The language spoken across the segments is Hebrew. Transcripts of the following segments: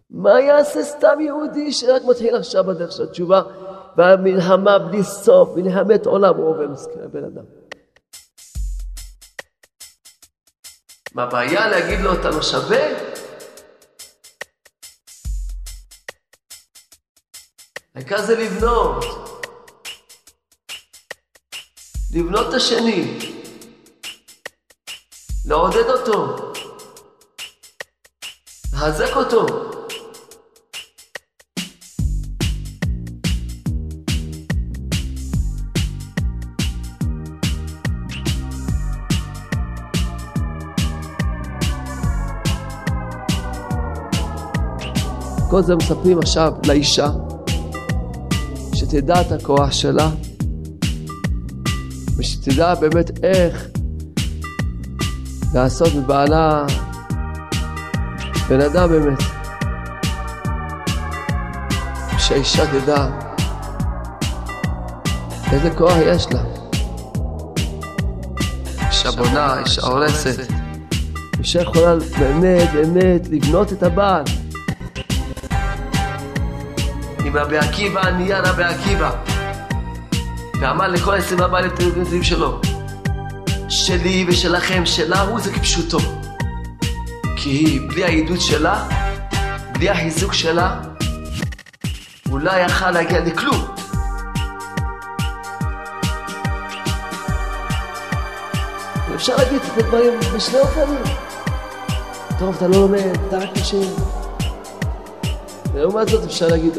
מה יעשה סתם יהודי שרק מתחיל עכשיו בדרך של התשובה, והמלחמה בלי סוף, מלחמת עולם הוא עובר מסכן הבן אדם. מה הבעיה להגיד לו אתה לא שווה? העיקר זה לבנות. לבנות את השני. לעודד אותו. לחזק אותו. כל זה מספרים עכשיו לאישה, שתדע את הכוח שלה, ושתדע באמת איך לעשות מבעלה בן אדם באמת. שהאישה תדע איזה כוח יש לה. אישה בונה, אישה הורסת. אישה יכולה באמת לבנות את הבעל. עם רבי עקיבא, נהיה רבי עקיבא ואמר לכל 24,000 תלמידים שלו, שלי ושלכם, שלה הוא זה כפשוטו, כי היא בלי העידוד שלה, בלי החיזוק שלה, הוא לא יכל להגיע לכלום. אפשר להגיד את הדברים בשני אופנים. טוב, אתה לא לומד, אתה רק קשה. ולעומת זאת אפשר להגיד,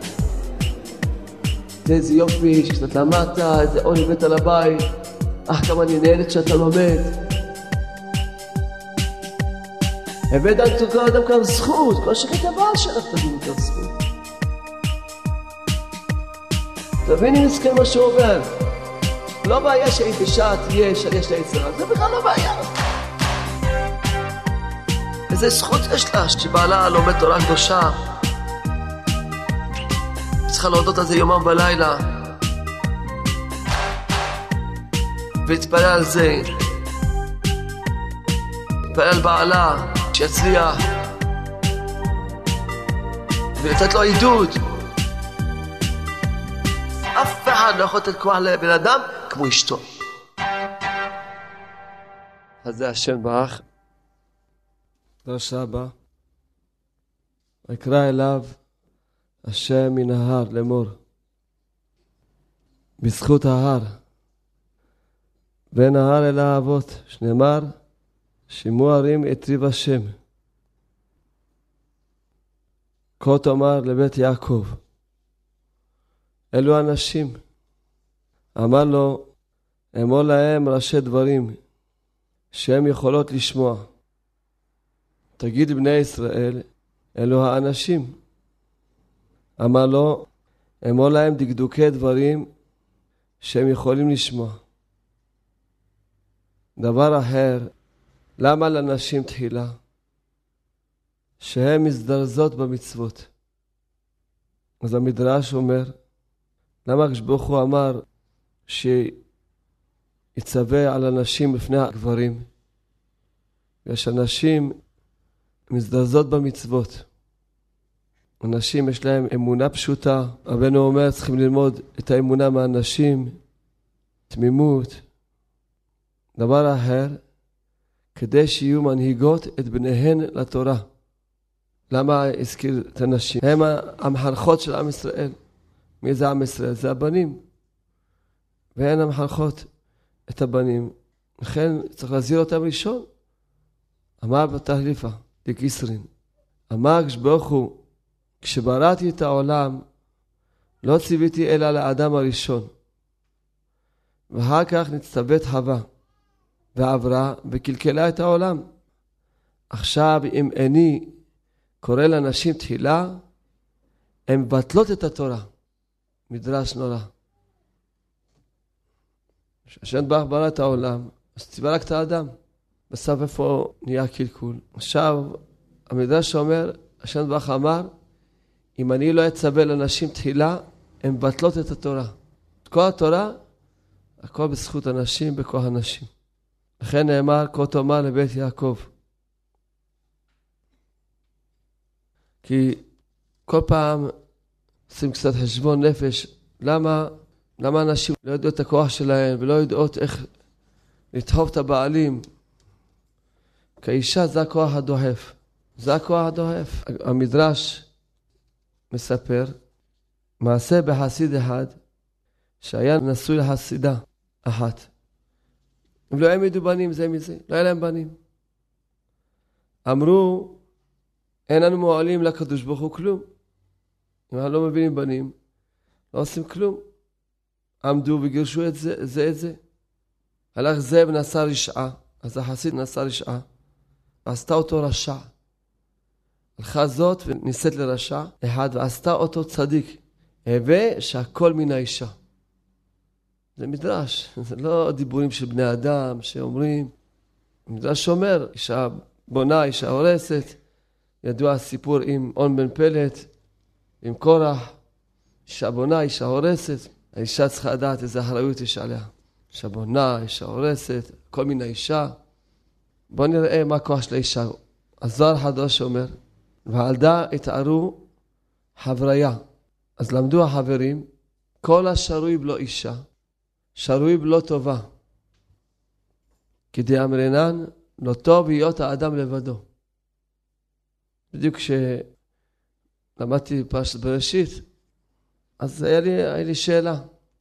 איזה יופי, כשאתה למדת, איזה עול הבאת על הבית, כמה אני נהנית כשאתה לומד. הבאת על כל אדם כאן זכות, כל שכת הבעל שלך תבין כאן זכות. תביני מסכן מה שהוא עובר. לא בעיה שהיא אישה תהיה שיש לה יצרה, זה בכלל לא בעיה. איזה זכות יש לה שבעלה לומד תורה קדושה. צריכה להודות על זה יומם בלילה ולהתפלל על זה, להתפלל על בעלה שיצליח ולתת לו עידוד. אף אחד לא יכול לתת כוח לבן אדם כמו אשתו. אז זה השם ברך. דרש רבה ויקרא אליו השם מן ההר לאמור, בזכות ההר בין ההר אל האבות, שנאמר שימו הרים את ריב השם. כה תאמר לבית יעקב, אלו אנשים. אמר לו, אמור להם ראשי דברים שהם יכולות לשמוע. תגיד בני ישראל, אלו האנשים. אמר לו, אמור להם דקדוקי דברים שהם יכולים לשמוע. דבר אחר, למה לנשים תחילה? שהן מזדרזות במצוות. אז המדרש אומר, למה כשברוך הוא אמר שיצווה על הנשים לפני הגברים? יש אנשים מזדרזות במצוות. אנשים יש להם אמונה פשוטה. רבנו אומר צריכים ללמוד את האמונה מהאנשים, תמימות. דבר אחר, כדי שיהיו מנהיגות את בניהן לתורה. למה הזכיר את הנשים? הם המחנכות של עם ישראל. מי זה עם ישראל? זה הבנים. והן המחנכות את הבנים. לכן צריך להזהיר אותם ראשון. אמר בתחליפה, דקיסרין. אמר כשברוך הוא, כשבראתי את העולם, לא ציוויתי אלא לאדם הראשון. ואחר כך נצטוות חווה, ועברה וקלקלה את העולם. עכשיו אם אני קורא לנשים תחילה, הן מבטלות את התורה. מדרש נורא. השם ברוך ברא את העולם, אז ציווה רק את האדם. בסוף איפה נהיה קלקול. עכשיו המדרש אומר, השם ברוך אמר, אם אני לא אצווה לנשים תחילה, הן מבטלות את התורה. את כל התורה, הכל בזכות הנשים, בכוח הנשים. לכן נאמר, כה תאמר לבית יעקב. כי כל פעם עושים קצת חשבון נפש, למה אנשים לא יודעות את הכוח שלהם ולא יודעות איך לדחוף את הבעלים? כי האישה זה הכוח הדוחף. זה הכוח הדוחף. המדרש מספר מעשה בחסיד אחד שהיה נשוי לחסידה אחת. הם לא העמידו בנים זה מזה, לא היה להם בנים. אמרו, אין לנו מועלים לקדוש ברוך הוא כלום. אם אנחנו לא מבינים בנים, לא עושים כלום. עמדו וגירשו את זה. הלך זה ונשא רשעה, אז החסיד נשא רשעה, ועשתה אותו רשע. הלכה זאת וניסית לרשע אחד, ועשתה אותו צדיק. הווה שהכל מן האישה. זה מדרש, זה לא דיבורים של בני אדם שאומרים. מדרש אומר, אישה בונה, אישה הורסת. ידוע הסיפור עם און בן פלט, עם קורח. אישה בונה, אישה הורסת. האישה צריכה לדעת איזה אחריות יש עליה. אישה בונה, אישה הורסת, כל מיני אישה. בואו נראה מה הכוח של האישה. הזוהר חדש אומר, ועלדה התארו חבריה. אז למדו החברים, כל השרוי בלא אישה, שרוי בלא טובה. כדי אמרנן, לא טוב להיות האדם לבדו. בדיוק כשלמדתי פרשת בראשית, אז היה לי שאלה.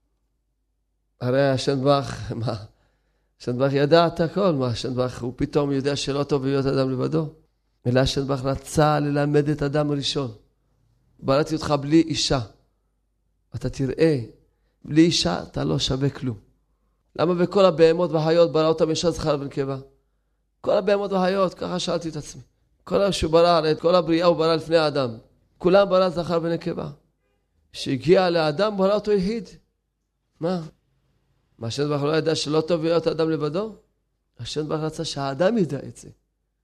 הרי השנבח, מה? השנבח ידע את הכל, מה? השנבח הוא פתאום יודע שלא טוב להיות אדם לבדו. אלא השנבח רצה ללמד את אדם הראשון. בראתי אותך בלי אישה. אתה תראה, בלי אישה אתה לא שווה כלום. למה בכל הבהמות והחיות ברא אותם אישה זכר ונקבה? כל הבהמות והחיות, ככה שאלתי את עצמי. כל שהוא ברא, את כל הבריאה הוא ברא לפני האדם. כולם ברא זכר ונקבה. שהגיע לאדם ברא אותו יחיד. מה? מה השנבח לא ידע שלא טוב להיות אדם לבדו? השנבח רצה שהאדם ידע את זה.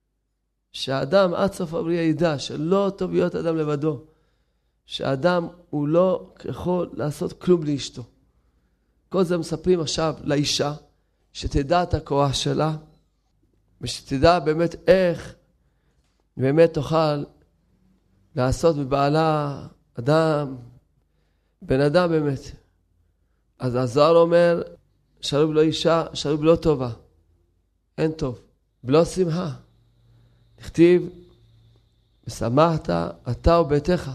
שהאדם עד סוף הבריאה ידע שלא טוב להיות אדם לבדו. שהאדם הוא לא יכול לעשות כלום לאשתו. כל זה מספרים עכשיו לאישה, שתדע את הכוח שלה, ושתדע באמת איך באמת תוכל לעשות מבעלה אדם, בן אדם באמת. אז הזוהר אומר, שרוי בלא אישה, שרוי בלא טובה. אין טוב. בלא שמחה. נכתיב, ושמחת אתה וביתך.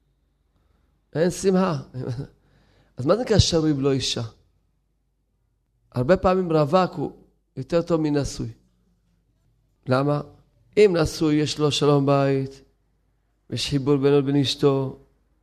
אין שמחה. אז מה זה נקרא שרוי בלא אישה? הרבה פעמים רווק הוא יותר טוב מנשוי. למה? אם נשוי יש לו שלום בית, ויש חיבור בינו לבין אשתו,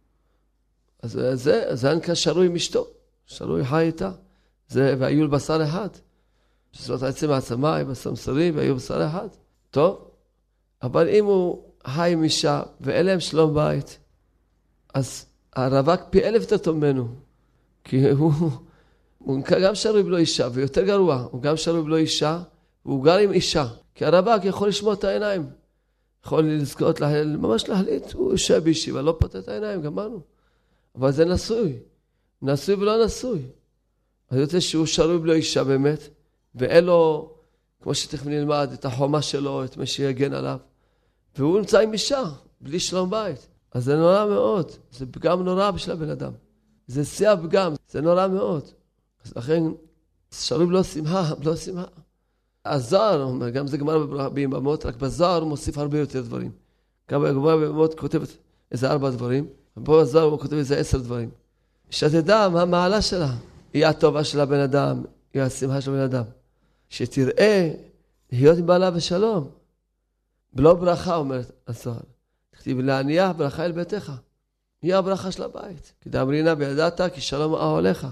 אז זה נקרא שרוי עם אשתו. שרוי חי איתה. והיו לבשר אחד. שזאת עצם העצמה, עם הסמסרים, והיו בשר אחד. טוב. אבל אם הוא חי עם אישה, ואין להם שלום בית, אז הרווק פי 1000 יותר טוב ממנו. כי הוא גם שרוי בלא אישה, ויותר גרוע, הוא גם שרוי בלא אישה, והוא גר עם אישה. כי הרווק יכול לשמוע את העיניים. יכול לזכות, ממש להחליט, הוא יושב בישיבה, לא פותח את העיניים, גמרנו. אבל זה נשוי. נשוי ולא נשוי. אז יוצא שהוא שרוי בלא אישה באמת, ואין לו, כמו שתכף נלמד, את החומה שלו, את מי שיגן עליו. והוא נמצא עם אישה, בלי שלום בית. אז זה נורא מאוד. זה פגם נורא בשביל הבן אדם. זה שיח פגם, זה נורא מאוד. אז לכן, שרוי בלא שמחה, בלא שמחה. הזוהר, אומר, גם זה גמר ביממות, רק בזוהר הוא מוסיף הרבה יותר דברים. גם בגמר ביממות כותב איזה 4 דברים, ופה בזוהר הוא כותב איזה 10 דברים. שתדע מה המעלה שלה. היא הטובה של הבן אדם, היא השמחה של הבן אדם. שתראה להיות עם בעלה ושלום. בלא ברכה, אומרת הזוהר. תכתיב להניח ברכה אל ביתך. היא הברכה של הבית. כי דאמרינה וידעת כי שלום אהליך.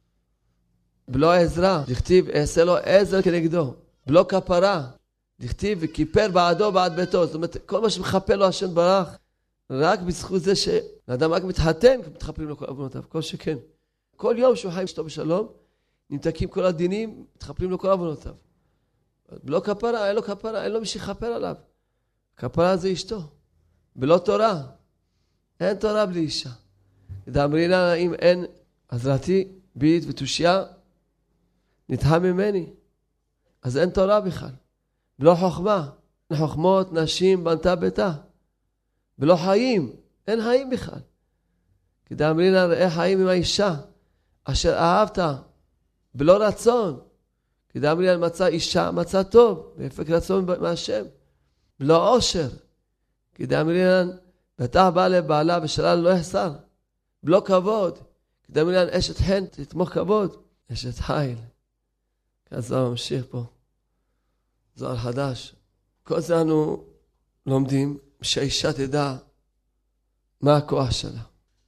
בלא עזרה, תכתיב אעשה לו עזר כנגדו. בלא כפרה, תכתיב וכיפר בעדו בעד ביתו. זאת אומרת, כל מה שמחפה לו השם ברך, רק בזכות זה שאדם רק מתחתן, מתחפרים לו כל עוונותיו, כל שכן. כל יום שהוא חי אשתו בשלום, נמתקים כל הדינים, מתחפרים לו כל עוונותיו. בלא כפרה, אין לו כפרה, אין לו מי שיכפר עליו. כפרה זה אשתו. בלא תורה, אין תורה בלי אישה. דאמרינה, אם אין עזרתי, בית ותושיה, נדחה ממני. אז אין תורה בכלל. בלא חוכמה. חוכמות נשים בנתה ביתה. ולא חיים. אין חיים בכלל. כי דאמרינן ראה חיים עם האישה, אשר אהבת, בלא רצון. כי דאמרינן מצא אישה, מצא טוב, בהפק רצון מהשם. בלא עושר. כי דאמרינן בטח בא לבעלה ושלל לא יחסר. בלא כבוד. כי דאמרינן אשת חן, תתמוך כבוד. אשת חיל. כאן זוהר ממשיך פה. זוהר חדש. כל זה אנו לומדים שהאישה תדע מה הכוח שלה.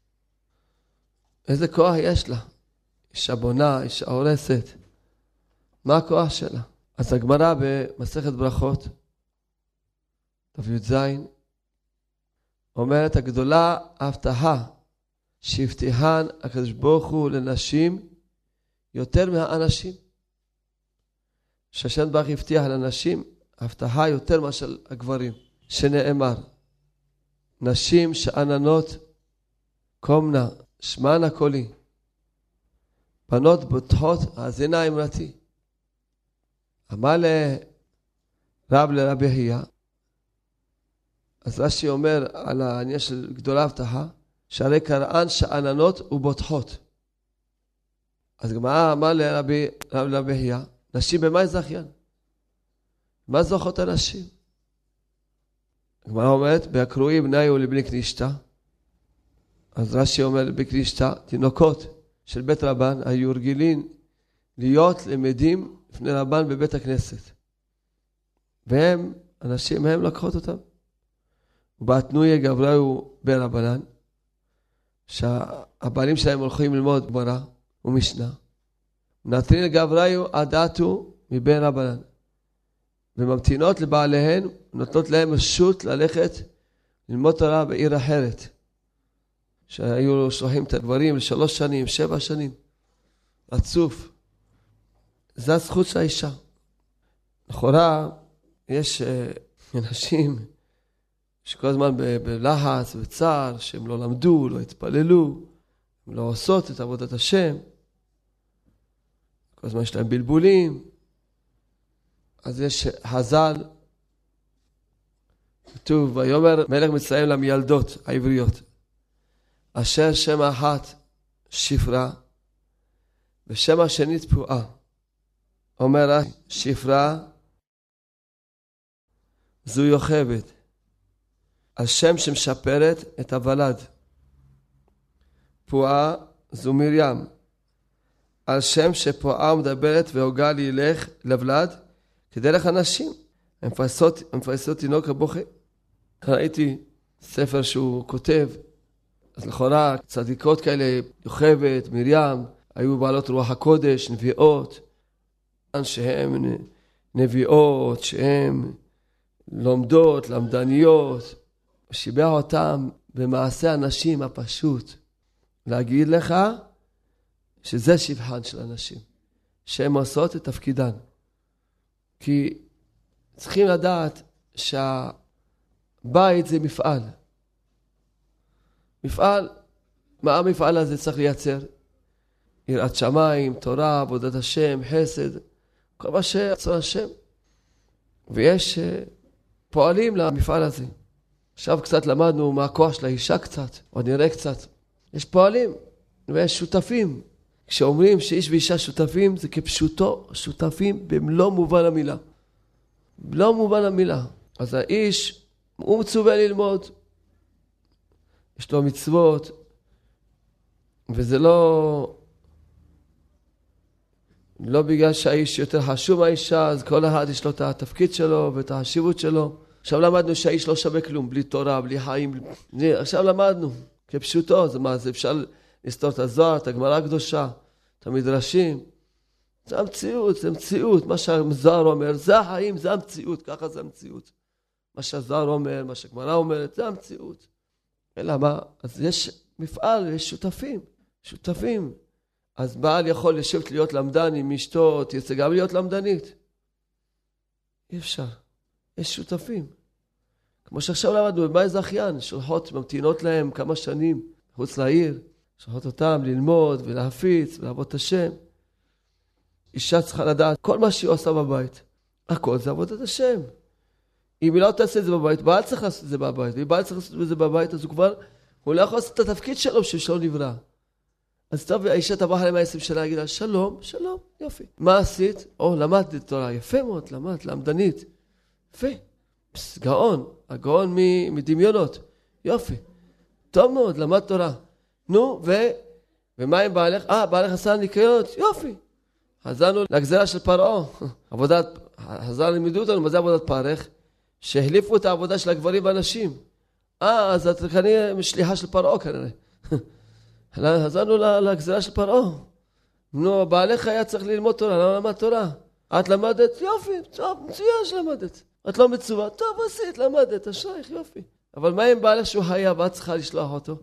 איזה כוח יש לה? אישה בונה, אישה הורסת. מה הכוח שלה? אז הגמרא במסכת ברכות, ת"ז, אומרת הגדולה הבטחה שהבטיחן הקדוש ברוך הוא לנשים יותר מהאנשים. שהשם ברוך הבטיח לנשים הבטחה יותר מאשר הגברים, שנאמר נשים שאננות קומנה שמענה קולי, בנות בוטחות האזינה אמרתי. אמר לרבי חייא, אז רש"י אומר על העניין של גדולה הבטחה, שהרי קראן שאננות ובוטחות. אז גמרא אמר לרבי חייא, נשים במה זכיין? מה זוכות הנשים? הגמרא אומרת, בהקרואי בני ולבני כנישתא. אז רש"י אומר לבני כנישתא, תינוקות של בית רבן היו רגילים להיות למדים לפני רבן בבית הכנסת. והם, אנשים, הם לקחות אותם. ובאתנויה גבריו ברבנן, שהבעלים שלהם הולכים ללמוד גמרא ומשנה. מנתרין לגבריו עדתו מבין רבנן. וממתינות לבעליהן, נותנות להם רשות ללכת ללמוד תורה בעיר אחרת. שהיו שולחים את הגברים ל3 שנים, 7 שנים. רצוף. זה הזכות של האישה. לכאורה, יש אנשים שכל הזמן בלחץ וצער, שהם לא למדו, לא התפללו, הם לא עושות את עבודת השם. כל הזמן יש להם בלבולים. אז יש חז"ל, כתוב, ויאמר מלך מצרים למילדות העבריות, אשר שם אחת שפרה, ושם השני תפועה. אומר שפרה, זו יוכבת, על שם שמשפרת את הוולד. פועה זו מרים, על שם שפועה מדברת והוגה לילך לבלד, כדרך הנשים. הם מפייסות תינוק הבוכה. ראיתי ספר שהוא כותב, אז לכאורה צדיקות כאלה, יוכבת, מרים, היו בעלות רוח הקודש, נביאות, שהן נביאות, שהן לומדות, למדניות, שיבח אותם במעשה הנשים הפשוט. להגיד לך שזה שבחן של הנשים, שהן עושות את תפקידן. כי צריכים לדעת שהבית זה מפעל. מפעל, מה המפעל הזה צריך לייצר? יראת שמיים, תורה, עבודת השם, חסד, כל מה שרצון השם. ויש פועלים למפעל הזה. עכשיו קצת למדנו מה הכוח של האישה קצת, עוד נראה קצת. יש פועלים ויש שותפים. כשאומרים שאיש ואישה שותפים, זה כפשוטו שותפים במלוא מובן המילה. במלוא מובן המילה. אז האיש, הוא מצווה ללמוד. יש לו מצוות, וזה לא בגלל שהאיש יותר חשוב מהאישה, אז כל אחד יש לו את התפקיד שלו ואת החשיבות שלו. עכשיו למדנו שהאיש לא שווה כלום, בלי תורה, בלי חיים. עכשיו למדנו, כפשוטו, זה מה, זה אפשר לסתור את הזוהר, את הגמרא הקדושה, את המדרשים. זה המציאות, זה מציאות. מה שהזוהר אומר, זה החיים, זה המציאות, ככה זה המציאות. מה שהזוהר אומר, מה שהגמרא אומרת, זה המציאות. אלא מה? אז יש מפעל, יש שותפים. אז בעל יכול לשבת להיות למדן עם אשתו, תרצה גם להיות למדנית. אי אפשר. יש שותפים. כמו שעכשיו למדנו, במה זכיין? שולחות, ממתינות להם כמה שנים חוץ לעיר. שולחות אותם ללמוד ולהפיץ ולעבוד את השם. אישה צריכה לדעת כל מה שהיא עושה בבית. הכל זה עבודת השם. אם היא לא תעשה את זה בבית, בעל צריך לעשות את זה בבית, ואם בעל צריך לעשות את זה בבית, אז הוא לא יכול לעשות את התפקיד שלו, שלא נברא. אז טוב, האישה תבוא עליהם 20 שנה, להגיד לה, שלום, שלום, יופי. מה עשית? למדת תורה, יפה מאוד, למדנית. יפה, גאון, הגאון מדמיונות, יופי. טוב מאוד, למד תורה. נו, ומה עם בעלך? בעלך עשה ניקיונות, יופי. חזרנו לגזרה של פרעה. חזר לימדו אותנו, מה זה עבודת פרך? שהחליפו את העבודה של הגברים והנשים. אז את כנראה שליחה של פרעה כנראה. חזרנו לגזרה של פרעה. נו, בעלך היה צריך ללמוד תורה, לא למד תורה. את למדת? יופי, טוב, מצוין שלמדת. את לא מצווה? טוב, עשית, למדת, אשרייך, יופי. אבל מה אם בעלך שהוא היה ואת צריכה לשלוח אותו?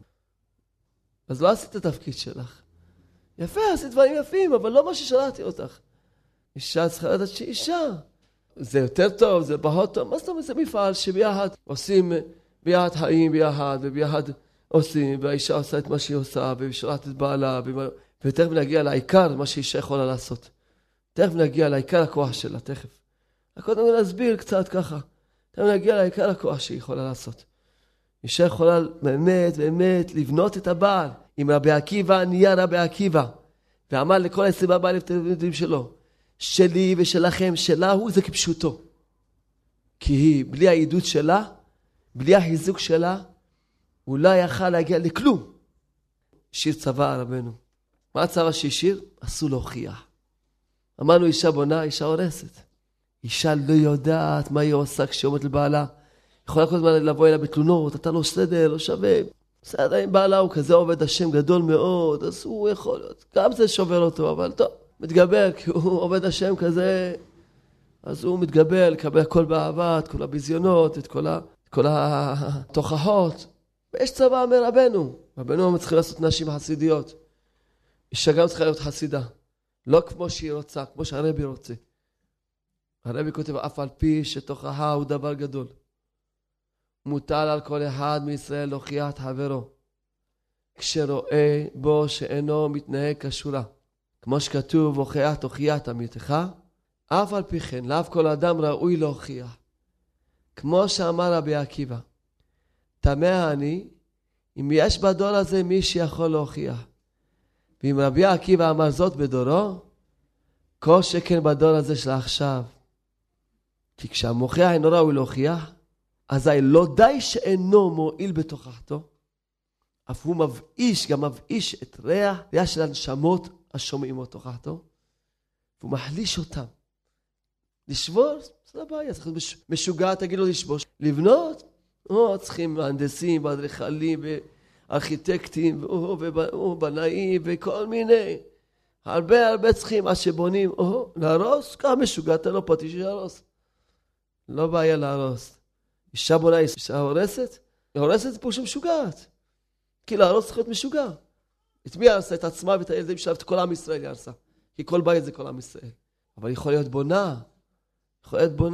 אז לא עשית את התפקיד שלך. יפה, עשית דברים יפים, אבל לא מה ששאלתי אותך. אישה צריכה לדעת שהיא אישה. זה יותר טוב, זה פחות טוב. מה זאת אומרת? זה מפעל שביחד עושים, ביחד חיים ביחד, וביחד עושים, והאישה עושה את מה שהיא עושה, ושולחת את בעלה, ותכף נגיע לעיקר מה שאישה יכולה לעשות. תכף נגיע לעיקר הכוח שלה, תכף. קודם נסביר קצת ככה. תכף נגיע לעיקר הכוח שהיא יכולה לעשות. אישה יכולה באמת, באמת לבנות את הבעל. עם רבי עקיבא, נהיה רבי עקיבא. ואמר לכל 24,000 תלמידים שלו, שלי ושלכם, שלה הוא זה כפשוטו. כי היא, בלי העידוד שלה, בלי החיזוק שלה, הוא לא יכל להגיע לכלום. שיר צבא רבנו. מה הצבא שהשיר? אסור להוכיח. אמרנו אישה בונה, אישה הורסת. אישה לא יודעת מה היא עושה כשעומדת לבעלה. יכולה כל הזמן לבוא אליה בתלונות, אתה לא סדר, לא שווה. בסדר, אם בעלה הוא כזה עובד השם גדול מאוד, אז הוא יכול להיות. גם זה שובר אותו, אבל טוב, מתגבר, כי הוא עובד השם כזה, אז הוא מתגבר, לקבל הכל באהבה, את כל הביזיונות, את כל התוכחות. ויש צבא מרבנו. רבנו צריכים לעשות נשים חסידיות. אישה גם צריכה להיות חסידה. לא כמו שהיא רוצה, כמו שהרבי רוצה. הרבי כותב, אף על פי שתוכחה הוא דבר גדול. מוטל על כל אחד מישראל להוכיח את חברו, כשרואה בו שאינו מתנהג כשורה. כמו שכתוב, הוכיח תוכיח את עמיתך, אף על פי כן, לאו כל אדם ראוי להוכיח. כמו שאמר רבי עקיבא, תמה אני, אם יש בדור הזה מי שיכול להוכיח. ואם רבי עקיבא אמר זאת בדורו, כל שכן בדור הזה של עכשיו. כי כשהמוכיח אינו ראוי להוכיח, אזי לא די שאינו מועיל בתוכחתו, אף הוא מבאיש, גם מבאיש את ריח של הנשמות השומעים בתוכחתו, והוא מחליש אותם. לשבור, זה הבעיה, צריך להיות משוגע, תגיד לו לשבוש. לבנות, צריכים מהנדסים ואדריכלים וארכיטקטים ובנאים וכל מיני. הרבה צריכים, עד שבונים, להרוס, כמה משוגע, אתה לא פטיש להרוס. לא בעיה להרוס. אישה בונה, אישה הורסת? הורסת זה פה שמשוגעת. כי להרוס צריך להיות משוגע. את מי הרסה? את עצמה ואת הילדים שלה, את כל עם ישראל הרסה. כי כל בית זה כל עם ישראל. אבל יכול להיות בונה. יכול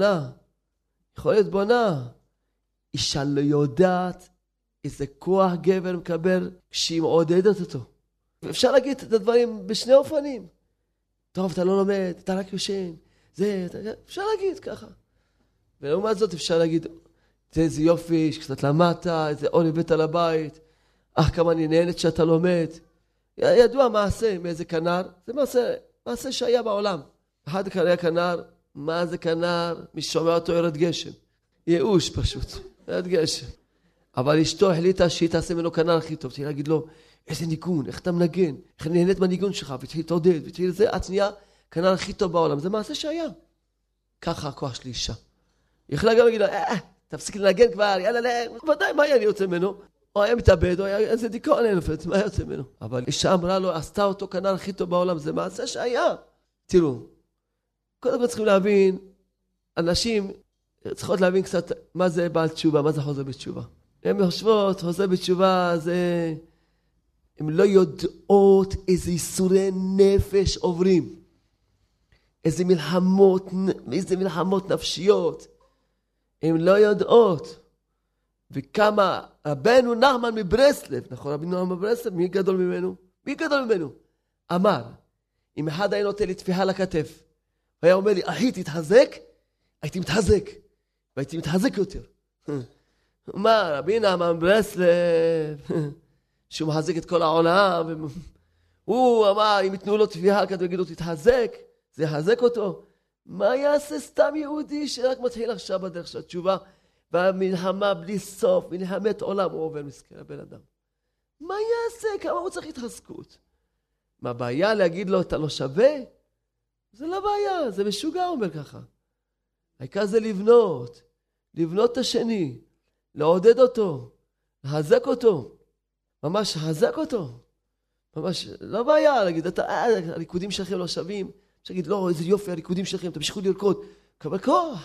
להיות בונה. אישה לא יודעת איזה כוח גבר מקבל כשהיא מעודדת אותו. אפשר להגיד את הדברים בשני אופנים. טוב, אתה לא לומד, אתה רק יושן. אפשר להגיד ככה. ולעומת זאת אפשר להגיד, איזה יופי, שקצת למדת, איזה אור הבאת לבית, כמה אני נהנת שאתה לומד. ידוע מעשה מאיזה כנר, זה מעשה שהיה בעולם. אחד קרא כנר, מה זה כנר? מי שומע אותו ירד גשם. ייאוש פשוט, ירד גשם. אבל אשתו החליטה שהיא תעשה ממנו כנר הכי טוב. תהיה להגיד לו, איזה ניגון, איך אתה מנגן, איך אני נהנית מהניגון שלך, ותהיה להתעודד, ותהיה לזה, את נהיה כנר הכי טוב בעולם. זה מעשה שהיה. ככה הכוח של אישה. היא יכולה גם להגיד לו, תפסיק לנגן כבר, יאללה, ודאי, מה היה אני יוצא ממנו? או היה מתאבד, או היה איזה דיכאון, מה יוצא ממנו? אבל אישה אמרה לו, עשתה אותו כנר הכי טוב בעולם, זה מעשה שהיה. תראו, קודם כל צריכים להבין, אנשים צריכות להבין קצת מה זה בעל תשובה, מה זה חוזר בתשובה. הן חושבות, חוזר בתשובה זה... הן לא יודעות איזה ייסורי נפש עוברים. איזה מלחמות נפשיות. הן לא יודעות. וכמה רבנו נחמן מברסלב, נכון, רבנו נחמן מברסלב, מי גדול ממנו? אמר, אם אחד היה נותן לי תפיחה לכתף, היה אומר לי, אחי תתחזק, הייתי מתחזק. והייתי מתחזק יותר. מה, רבי נחמן מברסלב, שהוא מחזק את כל העולם, הוא אמר, אם יתנו לו תביעה כדי יגידו, תתחזק, זה יחזק אותו. מה יעשה סתם יהודי שרק מתחיל עכשיו בדרך של התשובה, והמלחמה בלי סוף, מלחמת עולם, הוא עובר מסכן הבן אדם. מה יעשה? כמה הוא צריך התחזקות? מה הבעיה להגיד לו, אתה לא שווה? זה לא בעיה, זה משוגע, אומר ככה. העיקר זה לבנות את השני, לעודד אותו, לחזק אותו, ממש לחזק אותו. ממש, לא בעיה להגיד, הריקודים שלכם לא שווים. אפשר להגיד, לא, איזה יופי הריקודים שלכם, תמשיכו לרקוד. קבל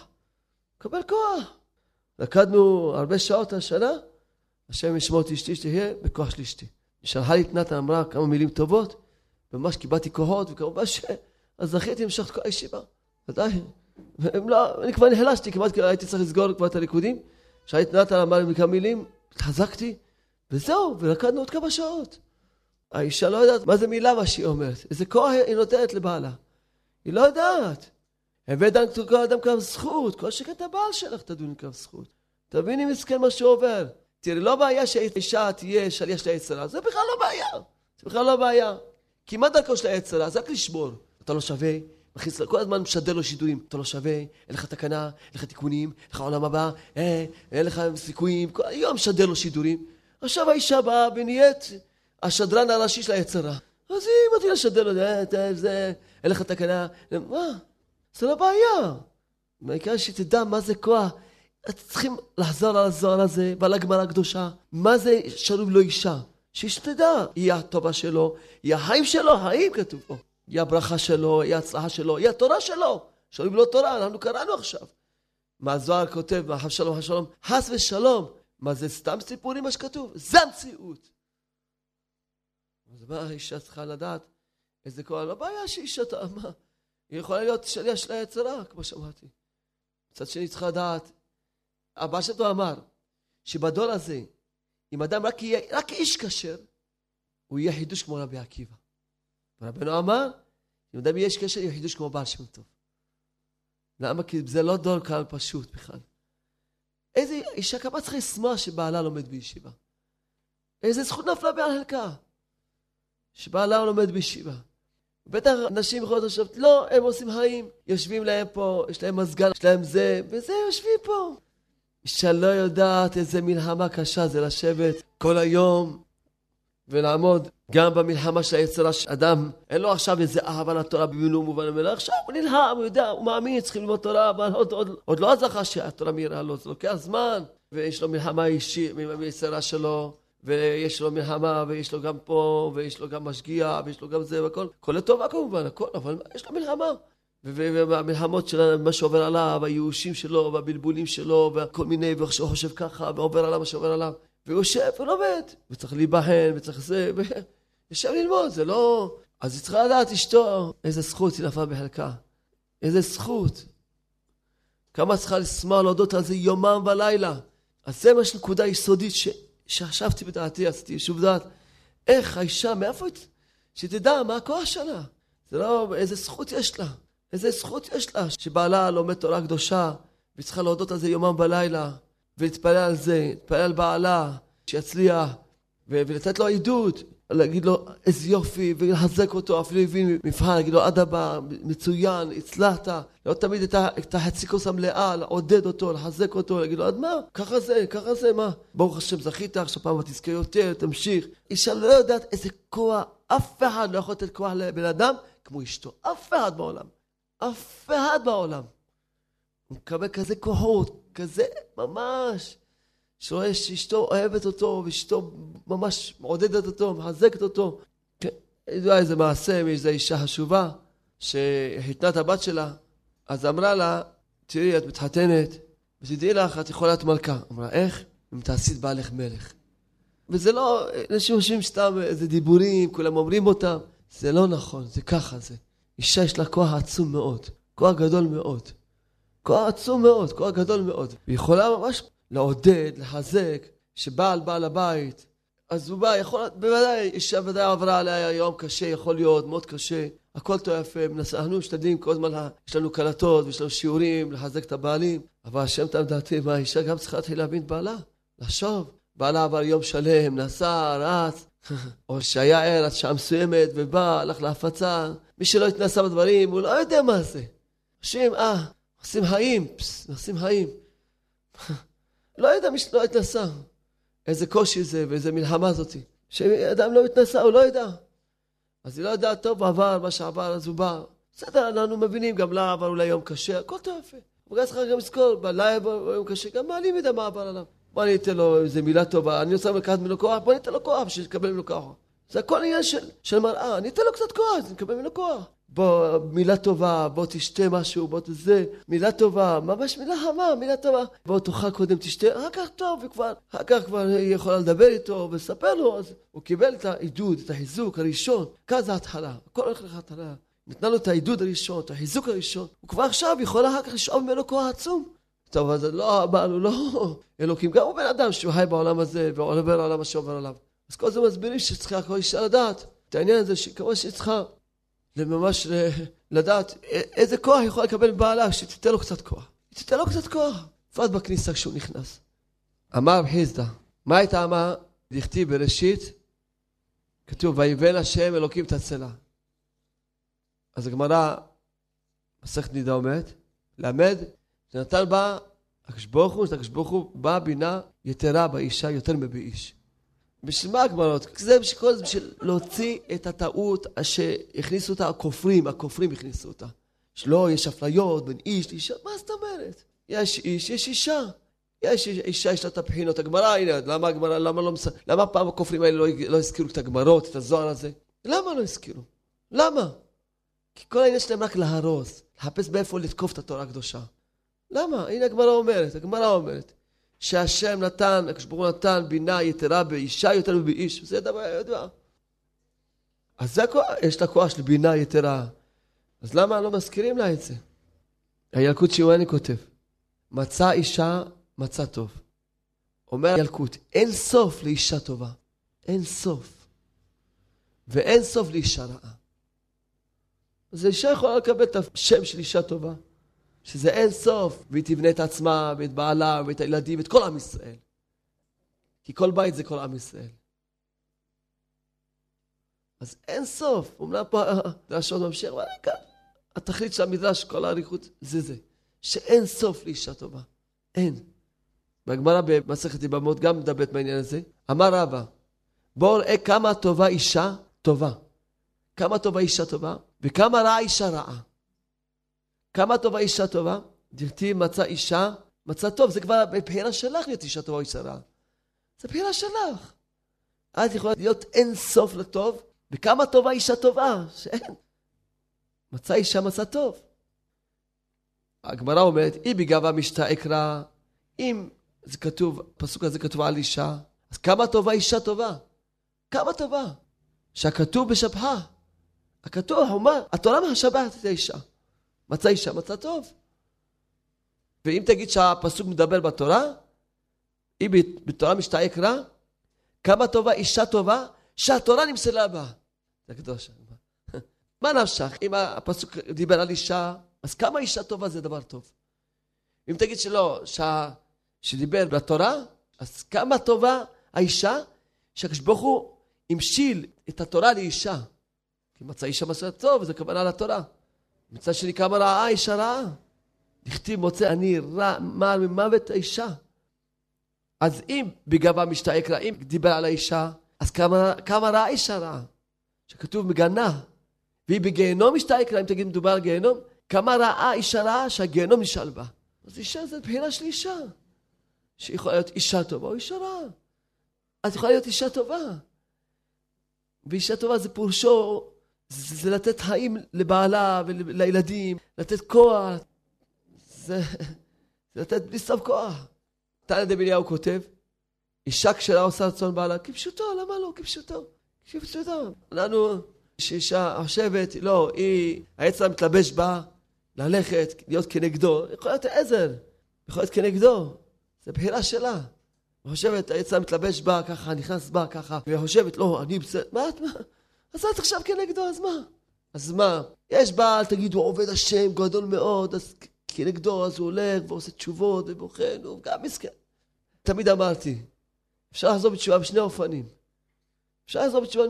כוח. רקדנו הרבה שעות השנה, השם ישמור את אשתי שתהיה בכוח של אשתי. שלחה לי את נתן, אמרה כמה מילים טובות, ממש קיבלתי כוחות, וכמובן אז זכיתי למשוך את כל הישיבה. ודאי. אני כבר נהלשתי, כמעט הייתי צריך לסגור כבר את הריקודים. שאלתי את נתן, אמר לי כמה מילים, התחזקתי, וזהו, ורקדנו עוד כמה שעות. האישה לא יודעת מה זה מילה מה שהיא אומרת. איזה כוח היא נותנת לבעלה. היא לא יודעת. הבאת כל אדם כאן זכות. כל שכן את הבעל שלך תדון כאן זכות. תביני מסכן מה שהוא עובר. תראי, לא בעיה שהאישה תהיה שליח של היצרה. זה בכלל לא בעיה. כי מה דרכו של היצרה? זה רק לשבור. אתה לא שווה. מכניס כל הזמן משדר לו שידורים. אתה לא שווה, אין לך תקנה, אין לך תיקונים, אין לך עולם הבא, אין לך סיכויים. כל היום משדר לו שידורים. עכשיו האישה באה ונהיית השדרן הראשי של היצרה. אז היא מתחילה לשדר לו, אין לך תקנה. מה? זה לא בעיה. העיקר שתדע מה זה כוח. אתם צריכים לחזור על הזוהר הזה, ועל הגמרא הקדושה. מה זה שרוב לו אישה? שתדע. היא הטובה שלו, היא החיים שלו, החיים כתוב פה. היא הברכה שלו, היא ההצלחה שלו, היא התורה שלו. שרוב לו תורה, אנחנו קראנו עכשיו. מה הזוהר כותב, מה שלום, חס ושלום. מה זה סתם סיפורים מה שכתוב? זה המציאות. אז מה האישה צריכה לדעת? איזה כוח, לא בעיה שאישה תאמה. היא יכולה להיות שליח של היצרה, כמו שמעתי. מצד שני צריכה לדעת. הבעל שם טוב אמר, שבדור הזה, אם אדם רק איש כשר, הוא יהיה חידוש כמו רבי עקיבא. ורבנו אמר, אם אדם יהיה איש כשר, יהיה חידוש כמו בעל שם טוב. למה? כי זה לא דור קל פשוט בכלל. איזה אישה כמה צריכה לשמוע שבעלה לומד בישיבה? איזה זכות נפלה בעל חלקה? שבעלה לומד בישיבה. בטח אנשים יכולים לחשוב, לא, הם עושים חיים, יושבים להם פה, יש להם מזגן, יש להם זה, וזה יושבים פה. אישה לא יודעת איזה מלחמה קשה זה לשבת כל היום, ולעמוד גם במלחמה של היצרה שאדם, אין לו עכשיו איזה אהבה לתורה במילוא מובן ממנו, עכשיו הוא נלחם, הוא יודע, הוא מאמין, צריכים ללמוד תורה, אבל עוד לא זכה שהתורה מהירה לו, זה לוקח זמן, ויש לו מלחמה אישית, מהיצרה שלו, ויש לו מלחמה, ויש לו גם פה, ויש לו גם משגיע, ויש לו גם זה וכל, כל לטובה כמובן, הכל, אבל יש לו מלחמה. והמלחמות של מה שעובר עליו, הייאושים שלו, והבלבולים שלו, וכל מיני, והוא חושב ככה, ועובר עליו מה שעובר עליו. והוא יושב ולומד, וצריך להיבחן, וצריך זה, וישב ללמוד, זה לא... אז היא צריכה לדעת אשתו, איזה זכות היא נפלה בחלקה. איזה זכות. כמה צריכה לשמוע להודות על זה יומם ולילה. אז זה ממש נקודה יסודית שחשבתי בדעתי, עשיתי שוב דעת, איך האישה, מאיפה היא? שתדע מה הכוח שלה. זה לא, איזה זכות יש לה. איזה זכות יש לה, שבעלה לומד תורה קדושה, והיא צריכה להודות על זה יומם בלילה, ולהתפלל על זה, להתפלל על בעלה, שיצליח, ולתת לו עידוד, להגיד לו איזה יופי, ולחזק אותו, אפילו הבין מבחן, להגיד לו עד הבא, מצוין, הצלחת, לא תמיד את החצי כוס המלאה, לעודד אותו, לחזק אותו, להגיד לו עד מה? ככה זה, מה? ברוך השם זכית, עכשיו פעם תזכה יותר, תמשיך. אישה לא יודעת איזה כוח, אף אחד לא יכול לתת כוח לבן אדם, כמו אשתו, אף אחד בעולם. הוא מקבל כזה כוחות, כזה ממש, שרואה שאשתו אוהבת אותו, ואשתו ממש מעודדת אותו, מחזקת אותו. כן, איזה מעשה, מאיזו אישה חשובה, שהתנה את הבת שלה, אז אמרה לה, תראי, את מתחתנת, ותדעי לך, את יכולה להיות מלכה. אמרה, איך? אם תעשית בעלך מלך. וזה לא, אנשים חושבים סתם איזה דיבורים, כולם אומרים אותם, זה לא נכון, זה ככה זה. אישה יש לה כוח עצום מאוד, כוח גדול מאוד. כוח עצום מאוד, כוח גדול מאוד. והיא יכולה ממש לעודד, לחזק, שבעל הבית, אז הוא בא, בוודאי, אישה ודאי עברה עליה יום קשה, יכול להיות מאוד קשה, הכל טוב יפה, אנחנו משתדלים כל הזמן, יש לנו קלטות ויש לנו שיעורים לחזק את הבעלים, אבל השם תמדעתי, מה האישה גם צריכה להתחיל להבין בעלה, לחשוב, בעלה עבר יום שלם, נסע, רץ, או שהיה ער עד שעה מסוימת ובא, הלך להפצה, מי שלא התנסה בדברים, הוא לא יודע מה זה. אנשים, עושים חיים, עושים חיים. לא יודע מי שלא התנסה. איזה קושי זה ואיזה מלחמה זאת. שאדם לא התנסה, הוא לא יודע. אז היא לא יודע, טוב, עבר מה שעבר, אז הוא בא. בסדר, אנחנו מבינים, גם לה עבר אולי יום קשה, הכל טוב יפה. אבל צריך גם לזכור, לה עבר יום קשה, גם מעלים ידע מה עבר עליו. בוא אני אתן לו איזה מילה טובה, אני רוצה לקחת ממנו כוח, בוא אני אתן לו כוח בשביל לקבל ממנו כוח. זה הכל עניין של מראה, אני אתן לו קצת כוח, אז אני אקבל ממנו כוח. בוא, מילה טובה, בוא תשתה משהו, בוא תזה, מילה טובה, ממש מילה חמה, מילה טובה. בוא תאכל קודם תשתה, אחר כך טוב, וכבר, אחר כך כבר היא יכולה לדבר איתו ולספר לו, אז הוא קיבל את העידוד, את החיזוק הראשון, כאן זה ההתחלה, הכל הולך לך התחלה. נתנה לו את העידוד הראשון, את החיזוק הראשון, וכבר עכשיו יכולה אחר כך לשאוב ממנו כוח עצום. טוב, אז לא, אבל הוא לא אלוקים, גם הוא בן אדם שהוא חי בעולם הזה, ועובר לעולם מה שעובר עליו. אז כל זה מסבירים שצריכה כל אישה לדעת, את העניין הזה שכמו שצריכה, לממש לדעת איזה כוח יכול לקבל מבעלה, שתיתן לו קצת כוח. תיתן לו קצת כוח. פרט בכניסה כשהוא נכנס. אמר חיסדא, מה הייתה אמרה? דכתיב בראשית, כתוב, ויבן השם אלוקים את הצלע. אז הגמרא, מסכת נידה אומרת, למד, שנתן בה, הקדוש ברוך הוא בא בינה יתרה באישה יותר מבאיש. בשביל מה הגמרות? זה בשביל להוציא את הטעות שהכניסו אותה הכופרים הכניסו אותה. שלא, יש אפליות בין איש לאישה, מה זאת אומרת? יש איש, יש אישה. יש אישה, יש לה את הבחינות. הגמרא, הנה, למה פעם הכופרים האלה לא הזכירו את הגמרות, את הזוהר הזה? למה לא הזכירו? למה? כי כל העניין שלהם רק להרוס, לחפש באיפה לתקוף את התורה הקדושה. למה? הנה הגמרא אומרת. שהשם נתן, הקדוש ברוך הוא נתן בינה יתרה באישה יותר מבאיש. זה דבר ידוע. אז זה הכוח, יש לה כוח של בינה יתרה. אז למה לא מזכירים לה את זה? הילקוט שיואני כותב, מצא אישה, מצא טוב. אומר הילקוט, אין סוף לאישה טובה. אין סוף. ואין סוף לאישה רעה. אז האישה יכולה לקבל את השם של אישה טובה. שזה אין סוף, והיא תבנה את עצמה, ואת בעלה, ואת הילדים, ואת כל עם ישראל. כי כל בית זה כל עם ישראל. אז אין סוף. אומנם פה הדרש עוד ממשיך, אבל רגע, התכלית של המדרש, כל האריכות, זה. שאין סוף לאישה טובה. אין. והגמרא במסכת יבמות גם מדברת מהעניין הזה. אמר רבא, בואו נראה כמה טובה אישה טובה. כמה טובה אישה טובה, וכמה רעה אישה רעה. כמה טובה אישה טובה? דכתיב מצא אישה, מצא טוב. זה כבר בבחירה שלך להיות אישה טובה או אישה רעה. זה בחירה שלך. את יכולה להיות אין סוף לטוב, וכמה טובה אישה טובה, שאין. מצא אישה, מצא טוב. הגמרא אומרת, אם בגאווה משתעק רע, אם זה כתוב, פסוק הזה כתוב על אישה, אז כמה טובה אישה טובה? כמה טובה? שהכתוב בשבחה. הכתוב, התורה מהשבת את האישה. מצא אישה, מצא טוב. ואם תגיד שהפסוק מדבר בתורה, אם בתורה משתעק רע, כמה טובה אישה טובה, שהתורה נמסרה בה. זה הקדוש. מה נפשך? אם הפסוק דיבר על אישה, אז כמה אישה טובה זה דבר טוב. אם תגיד שלא, שדיבר בתורה, אז כמה טובה האישה, שהקדוש ברוך הוא המשיל את התורה לאישה. כי מצא אישה מצא טוב, זה כוונה לתורה. מצד שני כמה רעה אישה רעה. דכתיב מוצא אני רע מעל ממוות האישה. אז אם בגאווה משתעק רע, אם דיבר על האישה, אז כמה רעה אישה רעה. שכתוב מגנה. והיא בגיהנום משתעק רע, אם תגיד מדובר על גיהנום, כמה רעה אישה רעה שהגיהנום נשאל בה. אז אישה זה בחירה של אישה. שיכולה להיות אישה טובה או אישה רעה. אז יכולה להיות אישה טובה. ואישה טובה זה פורשו, זה לתת חיים לבעלה ולילדים, לתת כוח. זה לתת בלי סוף כוח. תנא דבליהו כותב, אישה כשרה עושה רצון בעלה, כפשוטו, למה לא? כפשוטו. לנו, שאישה חושבת, לא, היא, היצר מתלבש בה, ללכת, להיות כנגדו, יכול להיות עזר, יכול להיות כנגדו, זה בחירה שלה. חושבת, היצר מתלבש בה ככה, נכנס בה ככה, וחושבת, לא, אני בסדר, מה? אז את עכשיו כנגדו, אז מה? אז מה? יש בעל, תגיד, הוא עובד השם גדול מאוד, אז כנגדו, אז הוא הולך ועושה תשובות ובוחן, הוא גם מסכן. תמיד אמרתי, אפשר לחזור בתשובה בשני אופנים. אפשר לחזור בתשובה,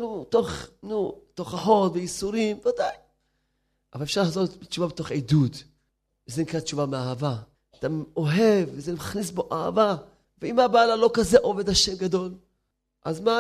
תוך החוד ואיסורים, ודאי. אבל אפשר לחזור בתשובה בתוך עידוד. זה נקרא תשובה מאהבה. אתה אוהב, וזה מכניס בו אהבה. ואם הבעל לא כזה עובד השם גדול, אז מה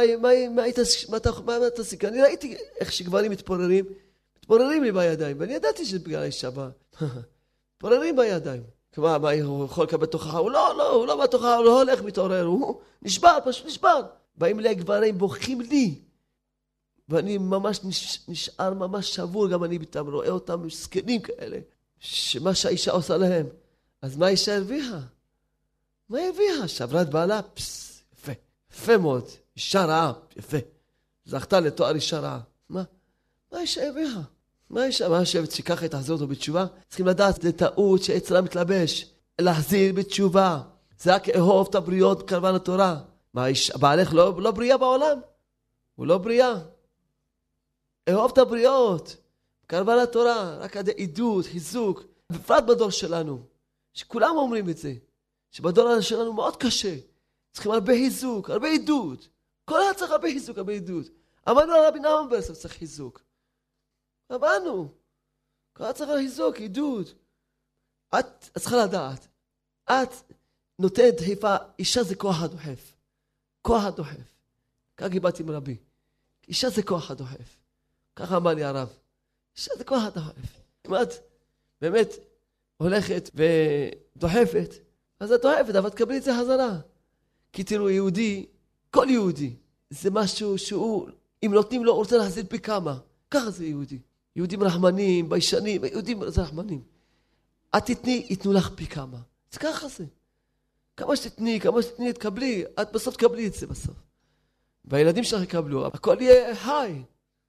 אתה סיכה? אני ראיתי איך שגברים מתפוררים לי בידיים, ואני ידעתי שזה בגלל האישה הבאה. מתפוררים בידיים. מה, הוא יכול לקבל תוכחה? הוא לא בתוכחה, הוא לא הולך מתעורר, הוא נשבר, פשוט נשבר. באים לי הגברים, בוכים לי. ואני ממש נשאר ממש שבור, גם אני פתאום רואה אותם מסכנים כאלה, שמה שהאישה עושה להם. אז מה האישה הרוויחה? מה הרוויחה? שברה את בעלה? יפה, יפה מאוד. אישה רעה, יפה. זכתה לתואר אישה רעה. מה האישה הרוויחה? מה האישה שככה תחזיר אותו בתשובה? צריכים לדעת, זה טעות שיצרה מתלבש. להחזיר בתשובה. זה רק אהוב את הבריות בקרבן התורה. מה בעלך לא בריאה בעולם? הוא לא בריאה. אהוב את הבריות, קרבן התורה, רק עד עידוד, חיזוק, בפרט בדור שלנו, שכולם אומרים את זה, שבדור שלנו מאוד קשה, צריכים הרבה חיזוק, הרבה עידוד, כל אחד צריך הרבה חיזוק, הרבה עידוד. אמרנו על רבי נחמן בסוף צריך חיזוק. אמרנו, כל אחד צריך חיזוק, עידוד. את צריכה לדעת, את נותנת דחיפה, אישה זה כוח הדוחף. כוח הדוחף. כך גיבלתי מרבי. אישה זה כוח הדוחף. ככה אמר לי הרב. אישה זה כוח הדוחף. אם את באמת הולכת ודוחפת, אז את דוחפת, אבל תקבלי את זה חזרה. כי תראו, יהודי, כל יהודי, זה משהו שהוא, אם נותנים לו, הוא רוצה להחזיר פי כמה. ככה זה יהודי. יהודים רחמנים, ביישנים, יהודים זה רחמנים. את תתני, יתנו לך פי כמה. זה ככה זה. כמה שתתני, תקבלי, את בסוף תקבלי את זה בסוף. והילדים שלך יקבלו, הכל יהיה חי.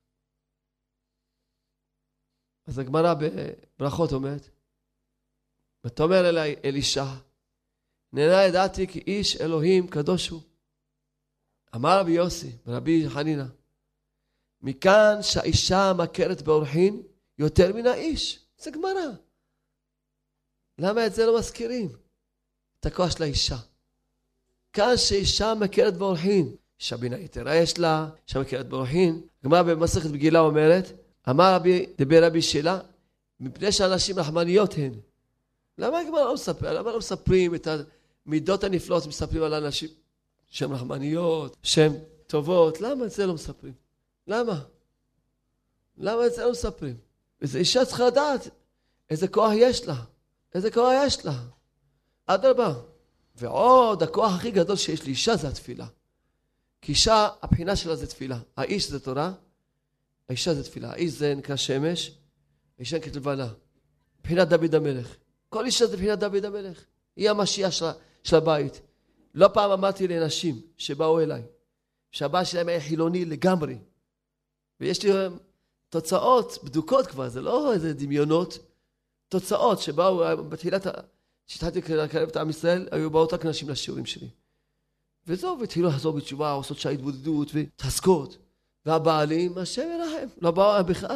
אז הגמרא בברכות אומרת, ותאמר אליי אלישע, נהנה ידעתי כי איש אלוהים קדוש הוא. אמר רבי יוסי ורבי חנינה, מכאן שהאישה מכרת באורחין יותר מן האיש. זה גמרא. למה את זה לא מזכירים? את הכוח של האישה. כאן שאישה מכרת באורחין, אישה בינה יתרה יש לה, אישה מכרת באורחין. גמרא במסכת בגילה אומרת, אמר דבר רבי שלה, מפני שאנשים רחמניות הן. למה הגמרא לא מספר? למה לא מספרים את המידות הנפלאות, מספרים על אנשים שהן רחמניות, שהן טובות? למה את זה לא מספרים? למה? למה את זה לא מספרים? איזו אישה צריכה לדעת איזה כוח יש לה. איזה כוח יש לה. אדרבה. ועוד הכוח הכי גדול שיש לאישה זה התפילה. כי אישה, הבחינה שלה זה תפילה. האיש זה תורה, האישה זה תפילה. האיש זה נקרא שמש, האישה נקראת לבנה. בחינת דוד המלך. כל אישה זה בחינת דוד המלך. היא המשיח של הבית. לא פעם אמרתי לאנשים שבאו אליי, שהבעל שלהם היה חילוני לגמרי. ויש לי תוצאות בדוקות כבר, זה לא איזה דמיונות. תוצאות שבאו בתחילת, שהתחלתי לקרב את עם ישראל, היו באות רק נשים לשיעורים שלי. וזהו, והתחילו לחזור בתשובה, עושות שעה התבודדות ותעסקות. והבעלים, השם ירחם, לא באו בכלל.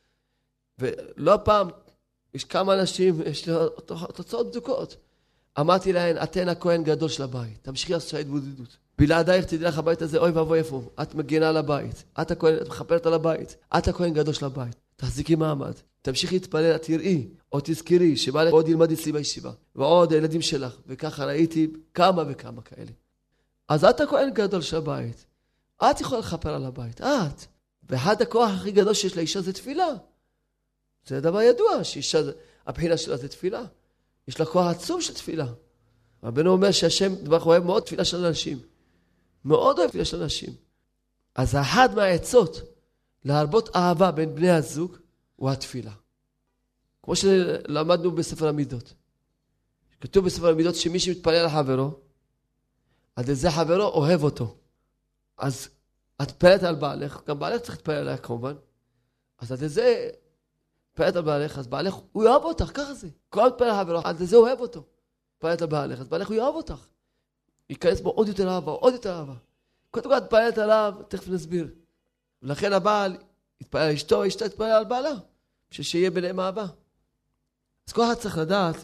ולא פעם, יש כמה אנשים, יש לי תוצאות בדוקות. אמרתי להן, אתן הכהן גדול של הבית, תמשיכי לעשות שעה התבודדות. בלעדייך תדעי לך הבית הזה, אוי ואבוי איפה, את מגינה על הבית, את הכהן, את מחפרת על הבית, את הכהן גדול של הבית, תחזיקי מעמד, תמשיכי להתפלל, תראי, או תזכרי, שבא לך עוד ילמד אצלי בישיבה, ועוד הילדים שלך, וככה ראיתי כמה וכמה כאלה. אז את הכהן גדול של הבית, את יכולה לחפר על הבית, את. ואחד הכוח הכי גדול שיש לאישה זה תפילה. זה דבר ידוע, שאישה, הבחינה שלה זה תפילה. יש לה כוח עצום של תפילה. רבנו אומר שהשם דבר אוהב מאוד תפילה של אנשים. מאוד אוהב תפילה של אנשים. אז אחד מהעצות להרבות אהבה בין בני הזוג הוא התפילה. כמו שלמדנו בספר המידות. כתוב בספר המידות שמי שמתפלל על חברו, עד איזה חברו אוהב אותו. אז את מתפללת על בעלך, גם בעלך צריך להתפלל עליה כמובן. אז עד איזה מתפללת על בעלך, אז בעלך הוא יאהב אותך, ככה זה. כל מתפלל על חברו, עד איזה אוהב אותו. מתפללת על בעלך, אז בעלך הוא יאהב אותך. ייכנס בו עוד יותר אהבה, עוד יותר אהבה. קודם כל מתפללת עליו, תכף נסביר. ולכן הבעל יתפלל על אשתו, אשתו יתפלל על בעלה. בשביל שיהיה ביניהם אהבה. אז כל אחד צריך לדעת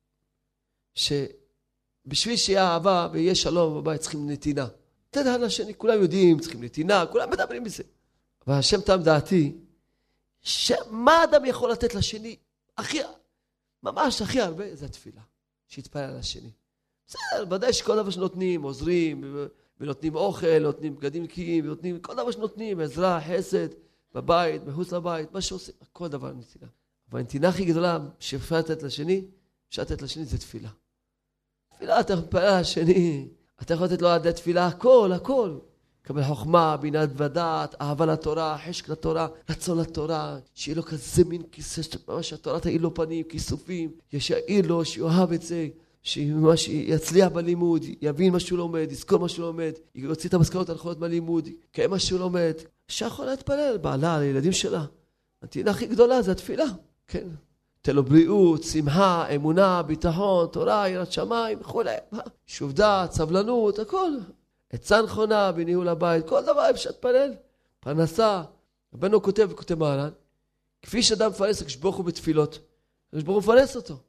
שבשביל שיהיה אהבה ויהיה שלום בבית צריכים נתינה. תדע לשני, כולם יודעים, צריכים נתינה, כולם מדברים בזה. אבל השם טעם דעתי, שמה אדם יכול לתת לשני ממש הכי הרבה, זה התפילה. שיתפלל על השני. בסדר, ודאי שכל דבר שנותנים, עוזרים, ונותנים אוכל, נותנים בגדים נקיים, ונותנים כל דבר שנותנים, עזרה, חסד, בבית, מחוץ לבית, מה שעושים, כל דבר נתינה. אבל הנתינה הכי גדולה שאפשר לתת לשני, זה תפילה. תפילה, אתה מתפלל על השני, אתה יכול לתת לו עד תפילה, הכל. קבל חוכמה, בינת ודעת, אהבה לתורה, חשק לתורה, רצון לתורה, שיהיה לו כזה מין כיסא, ממש התורה תאיר לו פנים, כיסופים, ישאיר לו, שיאהב את זה, שממש יצליח בלימוד, יבין מה שהוא לומד, יזכור מה שהוא לומד, יוציא את המסקנות הנכונות מהלימוד, יקיים מה שהוא לומד, שיכול להתפלל, בעלה, לילדים שלה. הנתינה הכי גדולה זה התפילה, כן. תן לו בריאות, שמחה, אמונה, ביטחון, תורה, יראת שמיים, וכו'. שוב דעת, סבלנות, הכל. עצה נכונה בניהול הבית, כל דבר אפשר להתפלל. פרנסה. רבנו כותב מרן, כפי שאדם מפרנס הקדוש ברוך הוא בתפילות, הקדוש ברוך הוא מפרנס אותו.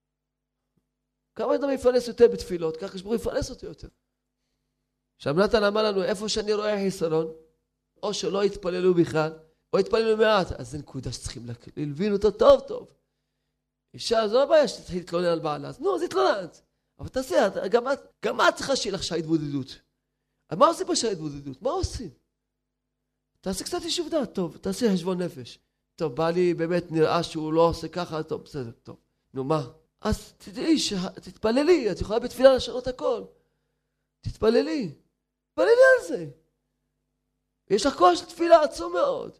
כמה אדם יפרנס יותר בתפילות, כך הקדוש ברוך הוא יפרנס אותו יותר. עכשיו נתן אמר לנו, איפה שאני רואה חיסרון, או שלא יתפללו בכלל, או יתפללו מעט, אז זה נקודה שצריכים להבין אותו טוב. אישה, זו לא בעיה שתתחיל להתלונן על בעלה, אז נו, זה התלוננת. אבל תעשה, גם את צריכה שיהיה לך שעה התבודדות. אז מה עושים בשעה התבודדות? מה עושים? תעשה קצת יישוב דעת, טוב, תעשה חשבון נפש. טוב, בעלי באמת נראה שהוא לא עושה ככה, טוב, בסדר, טוב. נו, מה? אז תדעי, תתפללי, את יכולה בתפילה לשנות הכל. תתפללי על זה. יש לך כוח של תפילה עצום מאוד.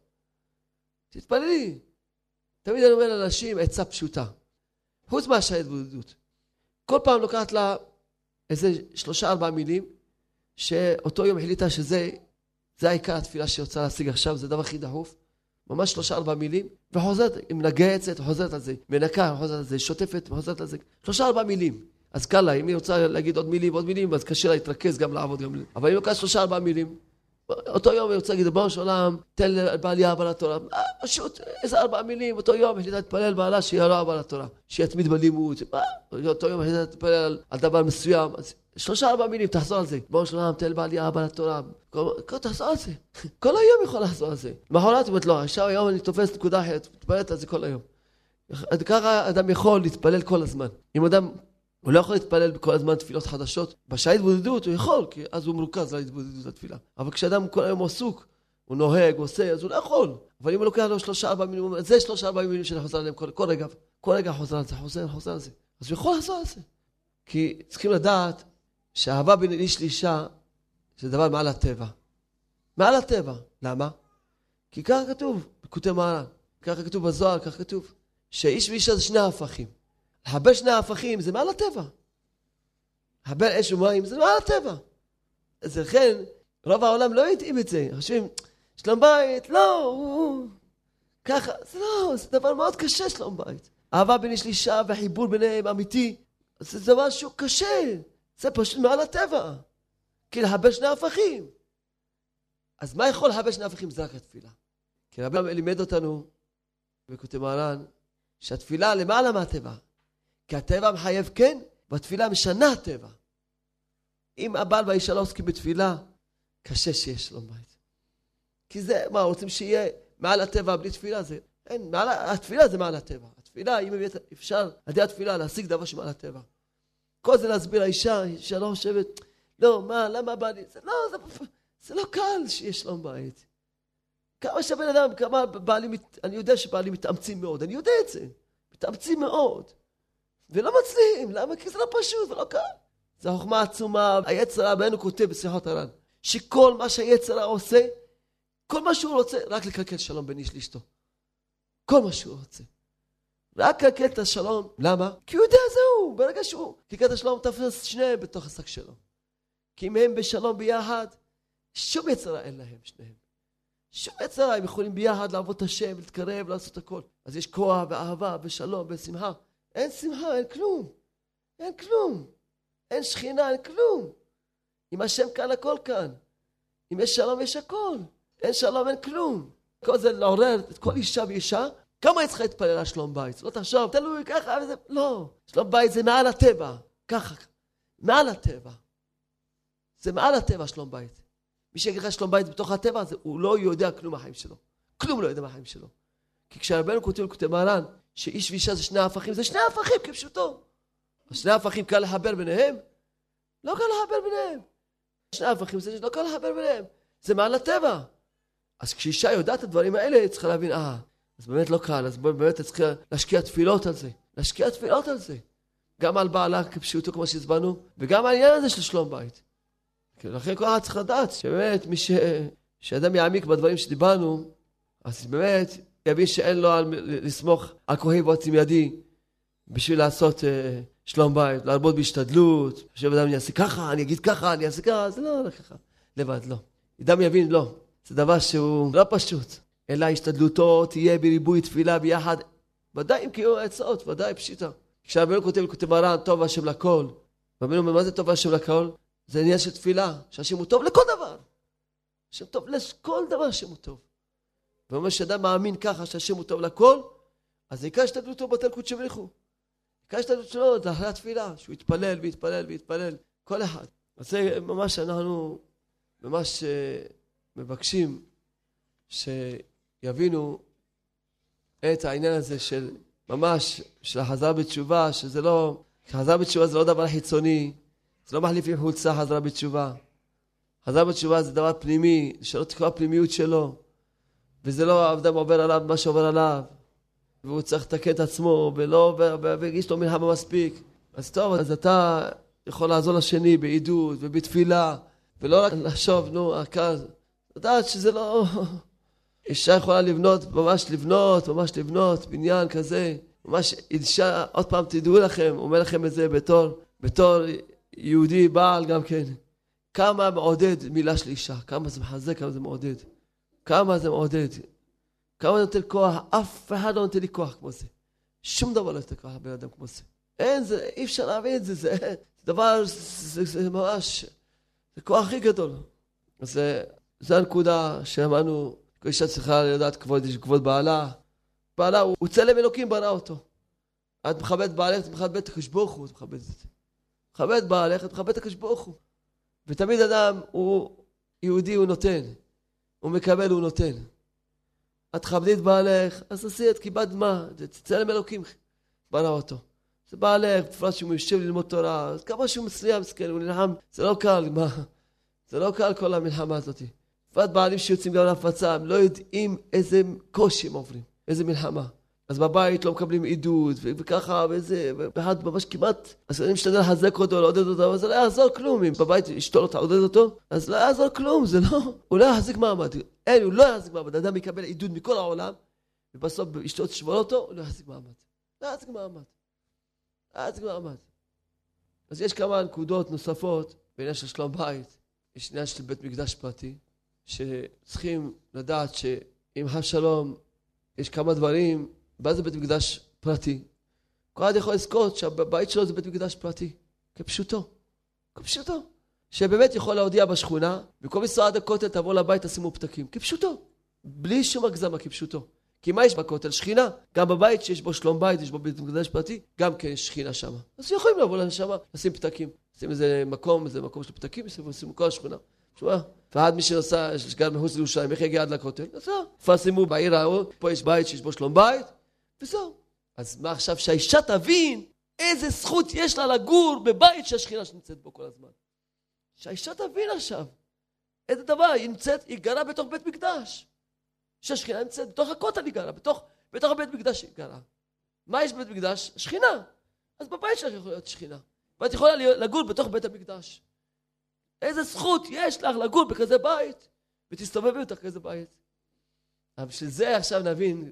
תתפללי. תמיד אני אומר לאנשים עצה פשוטה. חוץ מהשעה התבודדות. כל פעם לוקחת לה איזה 3-4 מילים, שאותו יום החליטה שזה העיקר התפילה שיוצא להשיג עכשיו, זה דבר הכי דחוף. ממש 3-4 מילים, וחוזרת, היא מנגצת, חוזרת על זה, מנקה, חוזרת על זה, שוטפת, חוזרת על זה. 3-4 מילים. אז קל לה, אם היא רוצה להגיד עוד מילים, אז קשה לה להתרכז גם לעבוד גם. אבל אם לוקחת 3-4 מילים, אותו יום היא רוצה להגיד, בראש עולם, תן לבעלי אהבה לתורה. פשוט, איזה 4 מילים, אותו יום החליטה להתפלל בעלה שיהיה לו אהבה לתורה, שיתמיד בלימוד. אותו יום החליטה להתפלל על דבר מסוים. 3-4 מילים, תחזור על זה. בראש עולם, תן לבעלי אהבה לתורה. תחזור על זה. כל היום יכול לחזור על זה. מחרת אומרת לו, עכשיו היום אני תופס נקודה אחרת, מתפללת על זה כל היום. ככה אדם יכול להתפלל כל הזמן. אם אדם הוא לא יכול להתפלל כל הזמן תפילות חדשות. בשעה התבודדות הוא יכול, כי אז הוא מרוכז להתבודדות לתפילה. אבל כשאדם כל היום עסוק, הוא נוהג, עושה, אז הוא לא יכול. אבל אם הוא לוקח לו 3-4 מילים, זה 3-4 מילים שאני חוזר עליהם כל רגע חוזר על זה, חוזר על זה. אז הוא יכול לחזור על זה. כי צריכים לדעת שהאהבה בין איש לאישה זה דבר מעל הטבע. מעל הטבע. למה? כי ככה כתוב, בקוטי מרן, ככה כתוב בזוהר, ככה כתוב, שאיש ואישה זה שני ההפכים. לחבר שני ההפכים זה מעל הטבע. לחבר אש ומים זה מעל הטבע. אז לכן, רוב העולם לא יודעים את זה. חושבים, שלום בית, לא, ככה, זה דבר מאוד קשה שלום בית. אהבה בין איש לאישה והחיבור ביניהם אמיתי, זה דבר שהוא קשה. זה פשוט מעל הטבע. כי לחבר שני ההפכים. אז מה יכול לחבר שני ההפכים? זה רק התפילה. כי רבי לימד אותנו, בקוטי מרן, שהתפילה למעלה מהטבע. כי הטבע מחייב כן, והתפילה משנה הטבע. אם הבעל והאישה לא עוסקים בתפילה, קשה שיש שלום בית. כי זה, מה, רוצים שיהיה מעל הטבע בלי תפילה? זה, אין, התפילה זה מעל הטבע. התפילה, אם אפשר, על ידי התפילה להשיג דבר שמעל הטבע. כל זה להסביר לאישה, אישה לא חושבת, לא, מה, למה בעלי? זה לא קל שיש שלום בית. כמה שבן אדם, כמה בעלים, אני יודע שבעלים מתאמצים מאוד, אני יודע את זה. מתאמצים מאוד. ולא מצליחים, למה? כי זה לא פשוט ולא קל. זו חוכמה עצומה. היצר הרע בנו כותב בשיחות הר"ן, שכל מה שהיצר הרע עושה, כל מה שהוא רוצה, רק לקלקל שלום בין איש לאשתו. כל מה שהוא רוצה. רק לקלקל את השלום. למה? כי הוא יודע זהו. ברגע שהוא קלקל את השלום, תפס שניהם בתוך השק שלו. כי אם הם בשלום ביחד, שום יצר רע אין להם שניהם. שום יצר רע, הם יכולים ביחד לעבוד את השם, להתקרב, לעשות הכל. אז יש כוח ואהבה ושלום ושמחה. אין שמחה, אין כלום. אין כלום. אין שכינה, אין כלום. אם השם כאן, הכל כאן. אם יש שלום, יש הכל. אין שלום, אין כלום. כל זה לעורר את כל אישה ואישה, כמה היא צריכה להתפלל על שלום בית? לא תחשוב, תלוי ככה וזה, לא. שלום בית זה מעל הטבע, ככה, מעל הטבע. זה מעל הטבע שלום בית. מי שיגיד לך שלום בית בתוך הטבע, הוא לא יודע כלום מהחיים שלו. כלום לא יודע מהחיים שלו. כי כשהרבנו כותב לכותב מרן, שאיש ואישה זה שני הפכים, זה שני הפכים כפשוטו. שני הפכים קל לחבר ביניהם? לא קל לחבר ביניהם. שני הפכים זה לא קל לחבר ביניהם. זה מעל הטבע. אז כשאישה יודעת את הדברים האלה, היא צריכה להבין, אז באמת לא קל, אז באמת צריכה להשקיע תפילות על זה. להשקיע תפילות על זה. גם על בעלה כפשוטו כמו שהסברנו, וגם על העניין הזה של שלום בית. לכן כל אחד צריך לדעת שבאמת שאדם יעמיק בדברים שדיברנו, אז באמת יבין שאין לו לסמוך על כהי ועוצם ידי בשביל לעשות שלום בית, להרבות בהשתדלות, שאדם אני אעשה ככה, אני אגיד ככה, אני אעשה ככה, זה לא ככה, לבד, לא. אדם יבין, לא. זה דבר שהוא לא פשוט, אלא השתדלותו תהיה בריבוי תפילה ביחד, ודאי עם קיום העצות, ודאי פשיטה. כשהרבנו כותב מרן, טוב השם לכל, ואומרים, מה זה טוב השם לכל? זה עניין של תפילה, שהשם הוא טוב לכל דבר. השם טוב לכל דבר, השם הוא טוב. ואומר שאדם מאמין ככה שהשם הוא טוב לכל, אז עיקר השתדלותו בטל קודשא בריחו. עיקר השתדלותו זה אחרי התפילה, שהוא יתפלל ויתפלל ויתפלל, כל אחד. אז זה ממש אנחנו ממש מבקשים שיבינו את העניין הזה של ממש, של החזרה בתשובה, שזה לא, חזרה בתשובה זה לא דבר חיצוני, זה לא מחליף עם חולצה חזרה בתשובה. חזרה בתשובה זה דבר פנימי, שלא תקרא הפנימיות שלו, וזה לא אדם עובר עליו מה שעובר עליו, והוא צריך לתקן את עצמו, והגיש לו מלחמה מספיק. אז טוב, אז אתה יכול לעזור לשני בעידוד ובתפילה, ולא רק לחשוב, הקל. לדעת שזה לא... אישה יכולה לבנות, ממש לבנות, בניין כזה. ממש אישה, עוד פעם תדעו לכם, אומר לכם את זה בתור יהודי בעל גם כן. כמה מעודד מילה של אישה, כמה זה מחזק, כמה זה מעודד. כמה זה מעודד. כמה זה נותן כוח, אף אחד לא נותן לי כוח כמו זה. שום דבר לא נותן כוח לבן אדם כמו זה. אין זה, אי אפשר להבין את זה, זה דבר, זה ממש, זה כוח הכי גדול. אז זה הנקודה שאמרנו, כל אישה צריכה לדעת כבוד בעלה. בעלה, הוא צלם אלוקים ברא אותו. את מכבדת בעלך, את מכבדת את הקדוש ברוך הוא, את מכבדת את זה. מכבדת בעלך, את מכבדת את הקדוש ברוך הוא. ותמיד אדם הוא יהודי, הוא נותן. הוא מקבל, הוא נותן. את מכבדת את בעלך, אז תעשי את כיבד מה? זה צלם אלוקים ברא אותו. זה בעלך, בפרט שהוא יושב ללמוד תורה, אז כמה שהוא מצליח, מסכן, הוא נלחם, זה לא קל, מה? זה לא קל כל המלחמה הזאת. בפרט בעלים שיוצאים גם להפצה, הם לא יודעים איזה קושי הם עוברים, איזה מלחמה. אז בבית לא מקבלים עידוד, וככה, וזה, ואחד ממש כמעט, אז אני משתדל לחזק אותו, לעודד אותו, אבל זה לא יעזור כלום. אם בבית אשתו לא תעודד אותו, אז לא יעזור כלום, זה לא, הוא לא יחזיק מעמד. אין, הוא לא יחזיק מעמד. אדם יקבל עידוד מכל העולם, ובסוף אשתו תשבור אותו, הוא לא יחזיק מעמד. לא יחזיק מעמד. לא יחזיק מעמד. אז יש כמה נקודות נוספות, בעניין של שלום בית, יש עניין של בית מקדש פרטי, שצריכים לדעת שאם חס שלום, יש כמה דברים, מה זה בית מקדש פרטי? כל אחד יכול לזכות שהבית שלו זה בית מקדש פרטי, כפשוטו, כפשוטו. שבאמת יכול להודיע בשכונה, במקום לנסוע עד הכותל תבוא לבית תשימו פתקים, כפשוטו, בלי שום הגזמה, כפשוטו. כי מה יש בכותל? שכינה. גם בבית שיש בו שלום בית, יש בו בית מקדש פרטי, גם כן יש שכינה שם. אז יכולים לבוא לשם, לשים פתקים. לשים איזה מקום של פתקים, לשים כל השכונה. שומע? ועד מי שנוסע, שגר מחוץ לירושלים, איך יגיע עד לכותל? נסע. פרסמו בעיר ההוא, פה יש בית שיש בו שלום בית, וזהו. אז מה עכשיו שהאישה תבין איזה זכות יש לה לגור בבית שהשכינה שנמצאת בו כל הזמן? שהאישה תבין עכשיו איזה דבר, היא גרה בתוך בית מקדש. שהשכינה נמצאת בתוך הכותל היא גרה, בתוך הבית מקדש היא גרה. מה יש בבית מקדש? שכינה. אז בבית שלך יכול להיות שכינה. ואת יכולה לגור בתוך בית המקדש. איזה זכות יש לך לגור בכזה בית, ותסתובבי בתוך כזה בית. אבל בשביל זה עכשיו נבין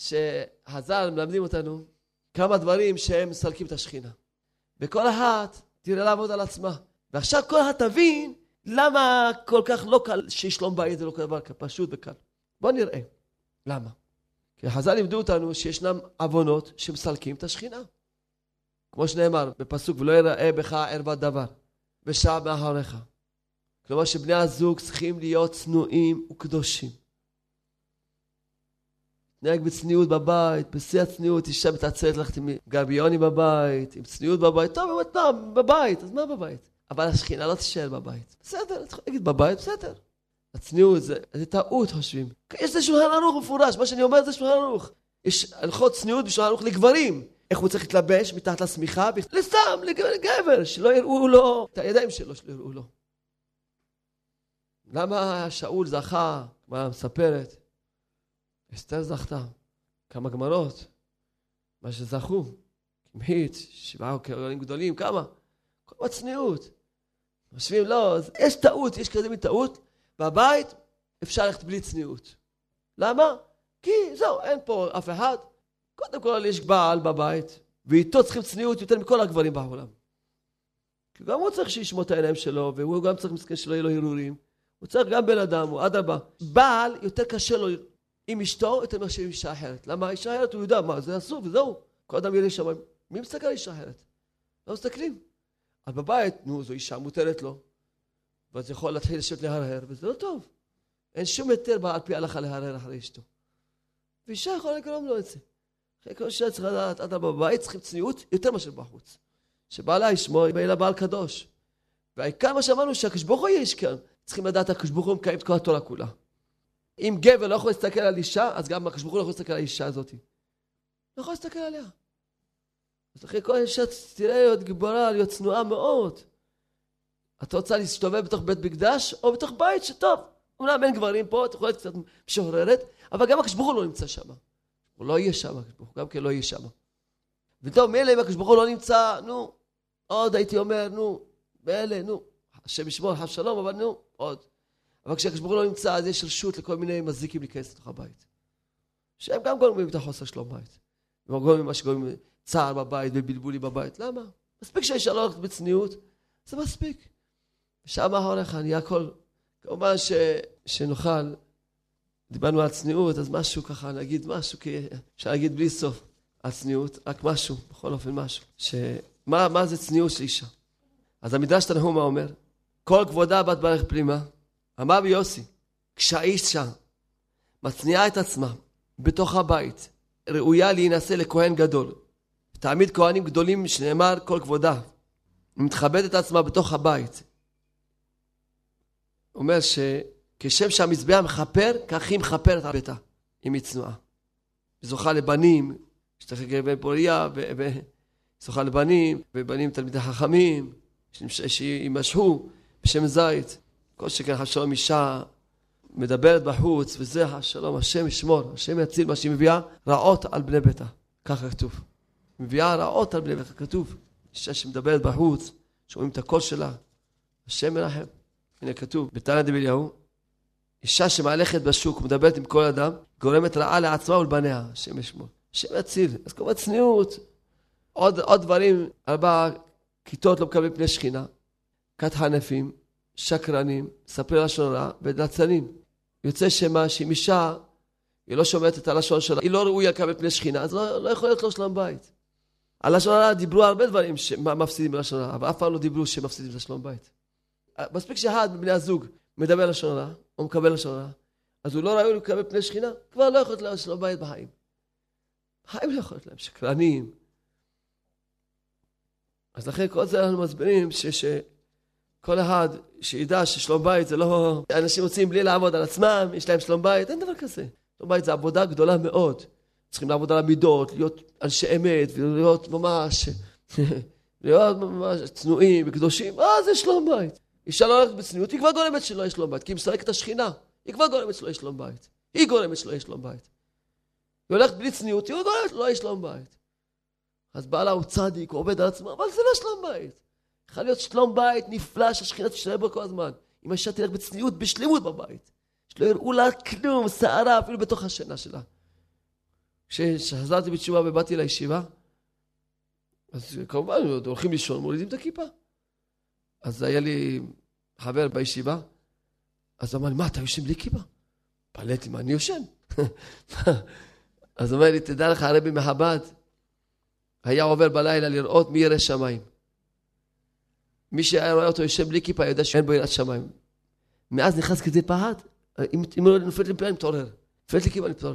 שהז"ל מלמדים אותנו כמה דברים שהם מסלקים את השכינה. וכל אחת תראה לעבוד על עצמה. ועכשיו כל אחת תבין למה כל כך לא קל שישלום בית זה לא כל דבר פשוט וקל. בואו נראה. למה? כי החז"ל לימדו אותנו שישנם עוונות שמסלקים את השכינה. כמו שנאמר בפסוק, ולא יראה בך ערוות דבר, ושעה מאחוריך. כלומר שבני הזוג צריכים להיות צנועים וקדושים. נהג בצניעות בבית, בשיא הצניעות, אישה מתעצרת ללכת עם גרביוני בבית, עם צניעות בבית, טוב, באמת, לא, בבית, אז מה בבית? אבל השכינה לא תשאר בבית. בסדר, אתה יכול להגיד בבית, בסדר. הצניעות זה טעות, חושבים. יש זה שולחן ערוך מפורש, מה שאני אומר זה שולחן ערוך. יש הלכות צניעות בשולחן ערוך לגברים. איך הוא צריך להתלבש מתחת לשמיכה? לסתם, לגבר, שלא יראו לו, את הידיים שלו שלא יראו לו. למה שאול זכה, מה מספרת? אסתר זכתה, כמה גמרות, מה שזכו, כמהית, 7 קהלים גדולים, כמה? כל הצניעות. חושבים, לא, יש טעות, יש כזה מטעות, בבית אפשר ללכת בלי צניעות. למה? כי זהו, אין פה אף אחד. קודם כל יש בעל בבית, ואיתו צריכים צניעות יותר מכל הגברים בעולם. כי גם הוא צריך שישמור את העיניים שלו, והוא גם צריך מסכן שלא יהיו לו הרהורים. הוא צריך גם בן אדם, הוא עד הבא. בעל יותר קשה לו עם אשתו, יותר מאשר עם אישה אחרת. למה? אישה אחרת הוא יודע מה, זה אסור וזהו. כל אדם יראה שם, מי מסתכל על אישה אחרת? לא מסתכלים. אבל בבית, נו, זו אישה מותרת לו. ואז יכול להתחיל לשבת להרהר, וזה לא טוב. אין שום היתר על פי ההלכה להרהר אחרי אשתו. ואישה יכולה לגרום לו את זה. אחרי כל אישה צריך לדעת, עד הבא בבית צריכים צניעות יותר מאשר בחוץ. שבעלה ישמור, יהיה לה בעל קדוש. והעיקר מה שאמרנו שהקדוש ברוך הוא יש כאן. צריכים לדעת הקדוש ברוך הוא מקיים את כל התורה כולה. אם גבר לא יכול להסתכל על אישה, אז גם הקדוש ברוך הוא לא יכול להסתכל על האישה הזאת. לא יכול להסתכל עליה. אז אחרי כל אישה תראה להיות גיבורה, להיות צנועה מאוד. אתה רוצה להסתובב בתוך בית מקדש, או בתוך בית שטוב. אומנם אין גברים פה, אתה יכול להיות קצת משוחררת, אבל גם הקדוש ברוך הוא לא נמצא שם. הוא לא יהיה שם, גם כן לא יהיה שם. וטוב, מילא אם הקדוש ברוך הוא לא נמצא, נו, עוד הייתי אומר, נו, באלה, נו, השם ישמור, חס שלום, אבל נו, עוד. אבל כשהקדוש ברוך הוא לא נמצא, אז יש רשות לכל מיני מזיקים להיכנס לתוך הבית. שהם גם גורמים את החוסר שלום בית. הם גורמים מה שגורמים צער בבית ובלבולי בבית. למה? מספיק שהאישה לא הולכת בצניעות, זה מספיק. ושם הולך, אני הכל, כמובן שנוכל, דיברנו על צניעות, אז משהו ככה, נגיד משהו, אפשר להגיד בלי סוף על צניעות, רק משהו, בכל אופן משהו. מה זה צניעות של אישה? אז המדרש תנחומא אומר, כל כבודה בת ברך פרימה, אמר ביוסי, כשהאישה מצניעה את עצמה בתוך הבית, ראויה להינשא לכהן גדול, תעמיד כהנים גדולים שנאמר כל כבודה, מתכבדת את עצמה בתוך הבית. אומר שכשם שהמזבח מחפר, כך היא מחפרת על ביתה, אם היא צנועה. זוכה לבנים, שתחכה בן פוריה, זוכה לבנים, ובנים תלמידי חכמים, שימשכו בשם זית. כל שכן השלום אישה מדברת בחוץ, וזה השלום, השם ישמור, השם יציל מה שהיא מביאה, רעות על בני ביתה. ככה כתוב. מביאה רעות על בני ביתה, כתוב. אישה שמדברת בחוץ, שומעים את הקול שלה, השם מרחם. הנה כתוב, בתנא דאליהו, אישה שמהלכת בשוק, מדברת עם כל אדם, גורמת רעה לעצמה ולבניה, השם ישמור. השם יציל. אז כמובן צניעות. עוד דברים, 4 כיתות לא מקבלים פני שכינה. כת חנפים, שקרנים, ספרי לשון רע ודלצנים. יוצא שמה שאם אישה, היא לא שומעת את הלשון שלה, היא לא ראויה לקבל פני שכינה, אז לא יכול להיות לו שלום בית. על לשון רע דיברו הרבה דברים שמפסידים בלשון רע, אבל אף פעם לא דיברו שמפסידים לשלום בית. מספיק שאחד מבני הזוג מדבר לשון רע, או מקבל לשון רע, אז הוא לא ראוי לקבל פני שכינה, כבר לא יכול להיות לשלום בית בחיים. בחיים לא יכול להיות להם, שקרנים. אז לכן כל זה אנחנו מסבירים כל אחד שידע ששלום בית זה לא... אנשים רוצים בלי לעבוד על עצמם, יש להם שלום בית, אין דבר כזה. שלום בית זה עבודה גדולה מאוד. צריכים לעבוד על המידות, להיות אנשי אמת, ולהיות ממש... להיות ממש צנועים וקדושים. זה שלום בית. אישה לא הולכת בצניעות, היא כבר גורמת שלא יש שלום בית, כי היא מסתרקת השכינה. היא כבר גורמת שלא יש שלום בית. היא גורמת שלא יש שלום בית. היא הולכת בלי צניעות, היא גורמת שלא יש שלום בית. אז בעלה הוא צדיק, הוא עובד על עצמו, אבל זה לא שלום בית. יכול להיות שלום בית נפלא שהשכינה תשתנה בו כל הזמן. אם האישה תלך בצניעות, בשלימות בבית. שלא יראו לה כלום, שערה אפילו בתוך השינה שלה. כשחזרתי בתשובה ובאתי לישיבה, אז כמובן הולכים לישון, מורידים את הכיפה. אז היה לי חבר בישיבה, אז אמר לי, מה, אתה יושן בלי כיפה? פלאתי, מה, אני יושן? אז אומר לי, תדע לך, הרבי מחב"ד, היה עובר בלילה לראות מי ירא שמיים. מי שהיה רואה אותו יושב בלי כיפה, יודע שאין בו יראת שמיים. מאז נכנס כזה פחד, אם לא נופלת לי פה, אני מתעורר. נופלת לי כיפה, אני מתעורר.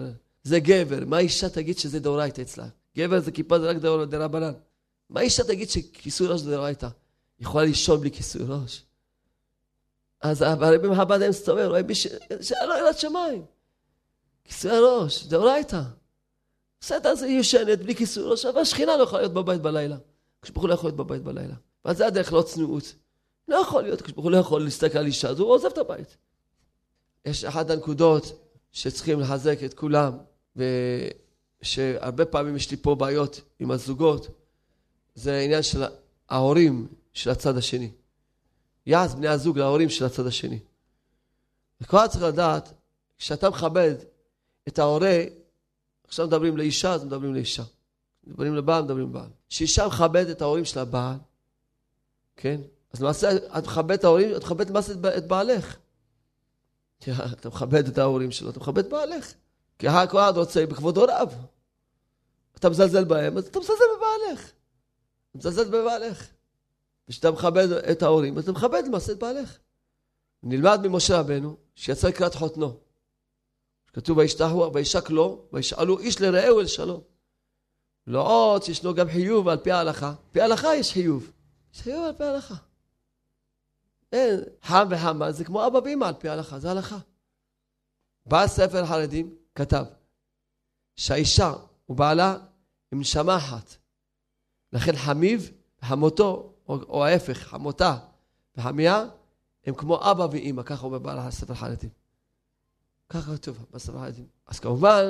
זה גבר. מה אישה תגיד שזה דאורייתא אצלה? גבר זה כיפה זה רק דרבנן. מה אישה תגיד שכיסוי ראש זה דאורייתא? יכולה לישון בלי כיסוי ראש. אז הרבים הבא הם סתומר, רואה מי שלא ירד שמיים. כיסוי הראש, דאורייתא. בסדר, זה ישנת בלי כיסוי ראש, אבל השכינה לא יכולה להיות בבית בלילה. כשברוך הוא לא יכול להיות בבית בלילה. ואז זה הדרך לא צניעות. לא יכול להיות, כשברוך הוא לא יכול להסתכל על אישה, אז הוא עוזב את הבית. יש אחת הנקודות שצריכים לחזק את כולם, ושהרבה פעמים יש לי פה בעיות עם הזוגות, זה העניין של ההורים של הצד השני. יעז בני הזוג להורים של הצד השני. וכל צריך לדעת, כשאתה מכבד את ההורה, עכשיו מדברים לאישה, אז מדברים לאישה. מדברים לבעל, מדברים לבעל. שאישה מכבד את ההורים של הבעל, כן? אז למעשה, את מכבד את ההורים, את מכבד למעשה את בעלך. אתה מכבד את ההורים שלו, אתה מכבד את בעלך. כי כל אחד רוצה בכבוד הוריו. אתה מזלזל בהם, אז אתה מזלזל בבעלך. אתה מזלזל בבעלך. ושאתה מכבד את ההורים, אתה מכבד למעשה את בעלך. נלמד ממשה רבנו, שיצא לקראת חותנו. כתוב וישתחו, וישק לו, וישאלו איש לרעהו אל שלום. לא עוד שישנו גם חיוב על פי ההלכה. פי ההלכה יש חיוב. יש חיוב על פי ההלכה. אין, חם וחמה, זה כמו אבא ואמא על פי ההלכה, זה הלכה. בא ספר חרדים, כתב, שהאישה ובעלה הם נשמה אחת. לכן חמיו וחמותו, או ההפך, חמותה וחמיה, הם כמו אבא ואמא, ככה אומר בעל הספר חרדים. ככה כתוב בספר חרדים. אז כמובן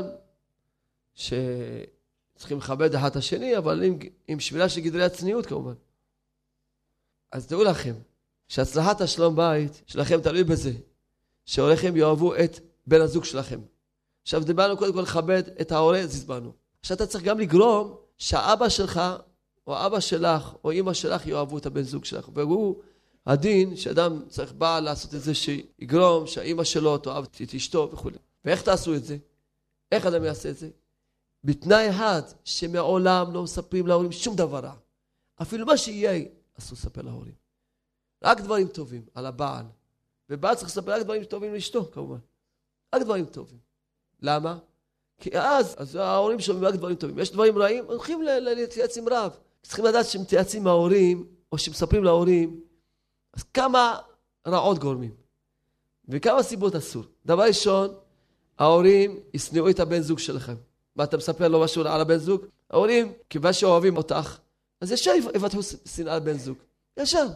שצריכים לכבד אחד את השני, אבל עם שבילה של גדרי הצניעות כמובן. אז תראו לכם, שהצלחת השלום בית שלכם תלוי בזה, שהוריכם יאהבו את בן הזוג שלכם. עכשיו דיברנו קודם כל לכבד את ההורה, אז הסברנו. עכשיו אתה צריך גם לגרום שהאבא שלך, או אבא שלך, או אמא שלך יאהבו את הבן זוג שלך. והוא הדין שאדם צריך בא לעשות את זה שיגרום שהאמא שלו תאהב את אשתו וכו'. ואיך תעשו את זה? איך אדם יעשה את זה? בתנאי אחד שמעולם לא מספרים להורים שום דבר רע. אפילו מה שיהיה, אסור לספר להורים. רק דברים טובים על הבעל. ובעל צריך לספר רק דברים טובים לאשתו, כמובן. רק דברים טובים. למה? כי אז ההורים שומעים רק דברים טובים. יש דברים רעים, הולכים להתייעץ עם רב. צריכים לדעת שמתייעצים עם ההורים, או שמספרים להורים, אז כמה רעות גורמים. וכמה סיבות אסור. דבר ראשון, ההורים ישנאו את הבן זוג שלכם. מה אתה מספר לו משהו על הבן זוג? ההורים, כיוון שאוהבים אותך, אז ישר יפתחו שנאה על בן זוג. ישר.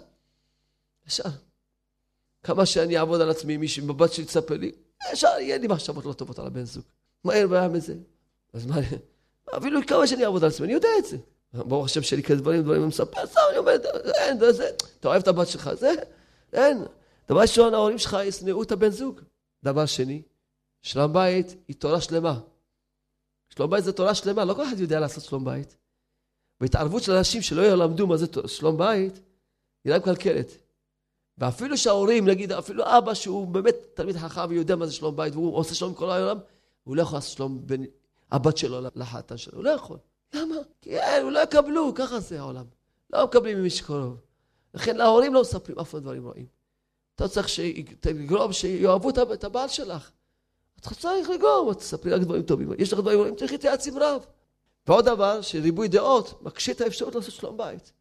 כמה שאני אעבוד על עצמי, מישהו מבט שלי תספר לי, ישר יהיה לי מחשבות לא טובות על הבן זוג. מה אין בעיה מזה? אז מה, אפילו כמה שאני אעבוד על עצמי, אני יודע את זה. ברוך השם שלי כזה דברים מספר, אני אומר, אין, זה, אתה אוהב את הבת שלך, זה, אין. דבר ראשון, ההורים שלך ישנאו את הבן זוג. דבר שני, שלום בית היא תורה שלמה. שלום בית זה תורה שלמה, לא כל אחד יודע לעשות שלום בית. והתערבות של אנשים שלא ילמדו מה זה שלום בית, היא להם קלקלת. ואפילו שההורים, נגיד, אפילו אבא שהוא באמת תלמיד חכם ויודע מה זה שלום בית, והוא עושה שלום כל העולם, הוא לא יכול לעשות שלום בין הבת שלו לחתן שלו, הוא לא יכול. למה? כי הוא לא יקבלו, ככה זה העולם. לא מקבלים ממי שקרוב. לכן להורים לא מספרים אף דברים רעים. אתה צריך לגרום שיאהבו את הבעל שלך. אתה צריך לגרום, אתה תספרי רק דברים טובים. יש לך דברים רעים, צריך להתייעץ עם רב. ועוד דבר, שריבוי דעות מקשה את האפשרות לעשות שלום בית.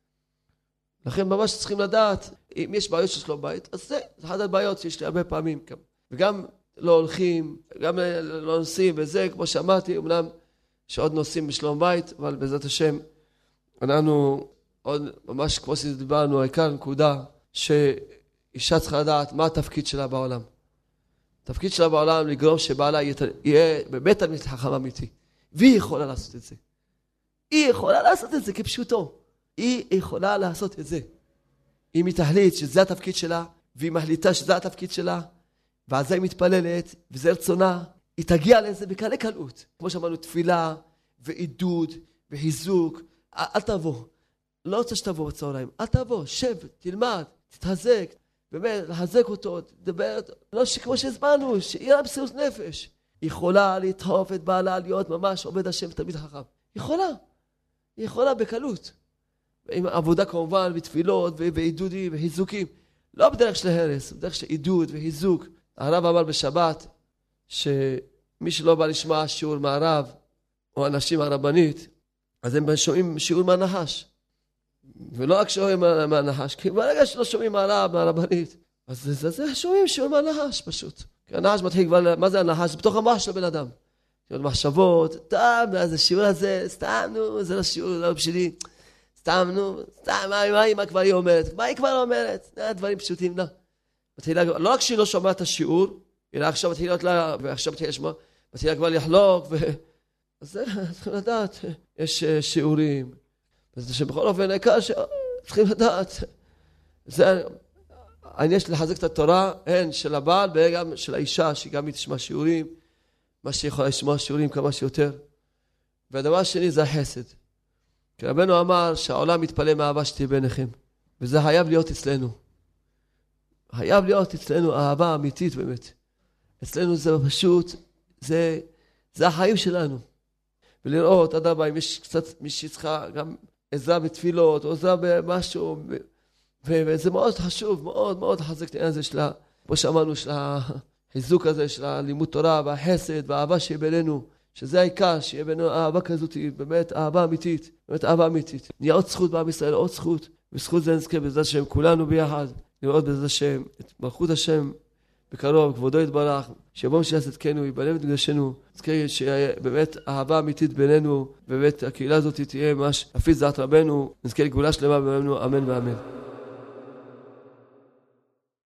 לכן ממש צריכים לדעת, אם יש בעיות של שלום בית, אז זה אחת הבעיות שיש לי הרבה פעמים. וגם לא הולכים, גם לא נוסעים, וזה, כמו שאמרתי, אמנם שעוד נוסעים בשלום בית, אבל בעזרת השם, אנחנו עוד ממש כמו שדיברנו, העיקר נקודה, שאישה צריכה לדעת מה התפקיד שלה בעולם. התפקיד שלה בעולם לגרום שבעלה יהיה באמת תלמיד חכם אמיתי. והיא יכולה לעשות את זה. היא יכולה לעשות את זה כפשוטו. היא יכולה לעשות את זה. אם היא תחליט שזה התפקיד שלה, והיא מחליטה שזה התפקיד שלה, ועל זה היא מתפללת, וזה רצונה, היא תגיע לזה בקלי קלות. כמו שאמרנו, תפילה, ועידוד, וחיזוק. אל תבוא. לא רוצה שתבוא בצהריים. אל תבוא, שב, תלמד, תתחזק. באמת, לחזק אותו, תדבר, לא כמו שהזמנו, שיהיה מסירות נפש. היא יכולה לדחוף את בעלה להיות ממש עובד השם תלמיד חכם. היא יכולה בקלות. עם עבודה כמובן, ותפילות, ועידודים, וחיזוקים. לא בדרך של הרס, בדרך של עידוד וחיזוק. הרב אמר בשבת, מי שלא בא לשמוע שיעור מהרב, או אנשים הרבנית, אז הם שומעים שיעור מהנחש. ולא רק שומעים מהנחש, כי ברגע שלא שומעים מהרב, מהרבנית, אז זה שומעים שיעור מהנחש פשוט. כי הנחש מתחיל כבר, מה זה הנחש? זה בתוך המוח של הבן אדם. מחשבות, טוב, אז השיעור הזה, סתם, נו, זה לא שיעור, לא בשבילי. סתם, נו, סתם, מה היא כבר היא אומרת? מה היא כבר אומרת? דברים פשוטים, לא. לא רק שהיא לא שומעת את השיעור, אלא עכשיו מתחילה לה, ועכשיו מתחילה לשמוע, מתחילה כבר לחלוק, אז זה, צריכים לדעת, יש שיעורים. אז שבכל אופן, העיקר שצריכים לדעת. זה העניין של לחזק את התורה, הן של הבעל, וגם של האישה, שגם היא תשמע שיעורים, מה שיכולה לשמוע שיעורים כמה שיותר. והדבר השני זה החסד. כי רבנו אמר שהעולם מתפלא מאהבה שתהיה ביניכם. וזה חייב להיות אצלנו. חייב להיות אצלנו אהבה אמיתית באמת. אצלנו זה פשוט, זה החיים שלנו. ולראות, אדרבה, אם יש קצת מישהי צריכה גם עזרה בתפילות, או עזרה במשהו, וזה מאוד חשוב, מאוד מאוד לחזק את העניין הזה שלה, כמו שאמרנו, של החיזוק הזה, של הלימוד תורה, והחסד, והאהבה שיהיה בינינו, שזה העיקר, שיהיה בינינו אהבה כזאת, באמת אהבה אמיתית, באמת אהבה אמיתית. נהיה עוד זכות בעם ישראל, עוד זכות, וזכות זה נזכה בעזרת השם, כולנו ביחד, לראות בעזרת השם, את מלכות השם בקרוב, כבודו יתברך, שיבוא משיח צדקנו, ייבנה ותקדשנו, נזכה שיהיה באמת אהבה אמיתית בינינו, ובאמת הקהילה הזאת תהיה ממש להפיץ דעת רבנו, נזכה לגאולה שלמה בימינו, אמן ואמן.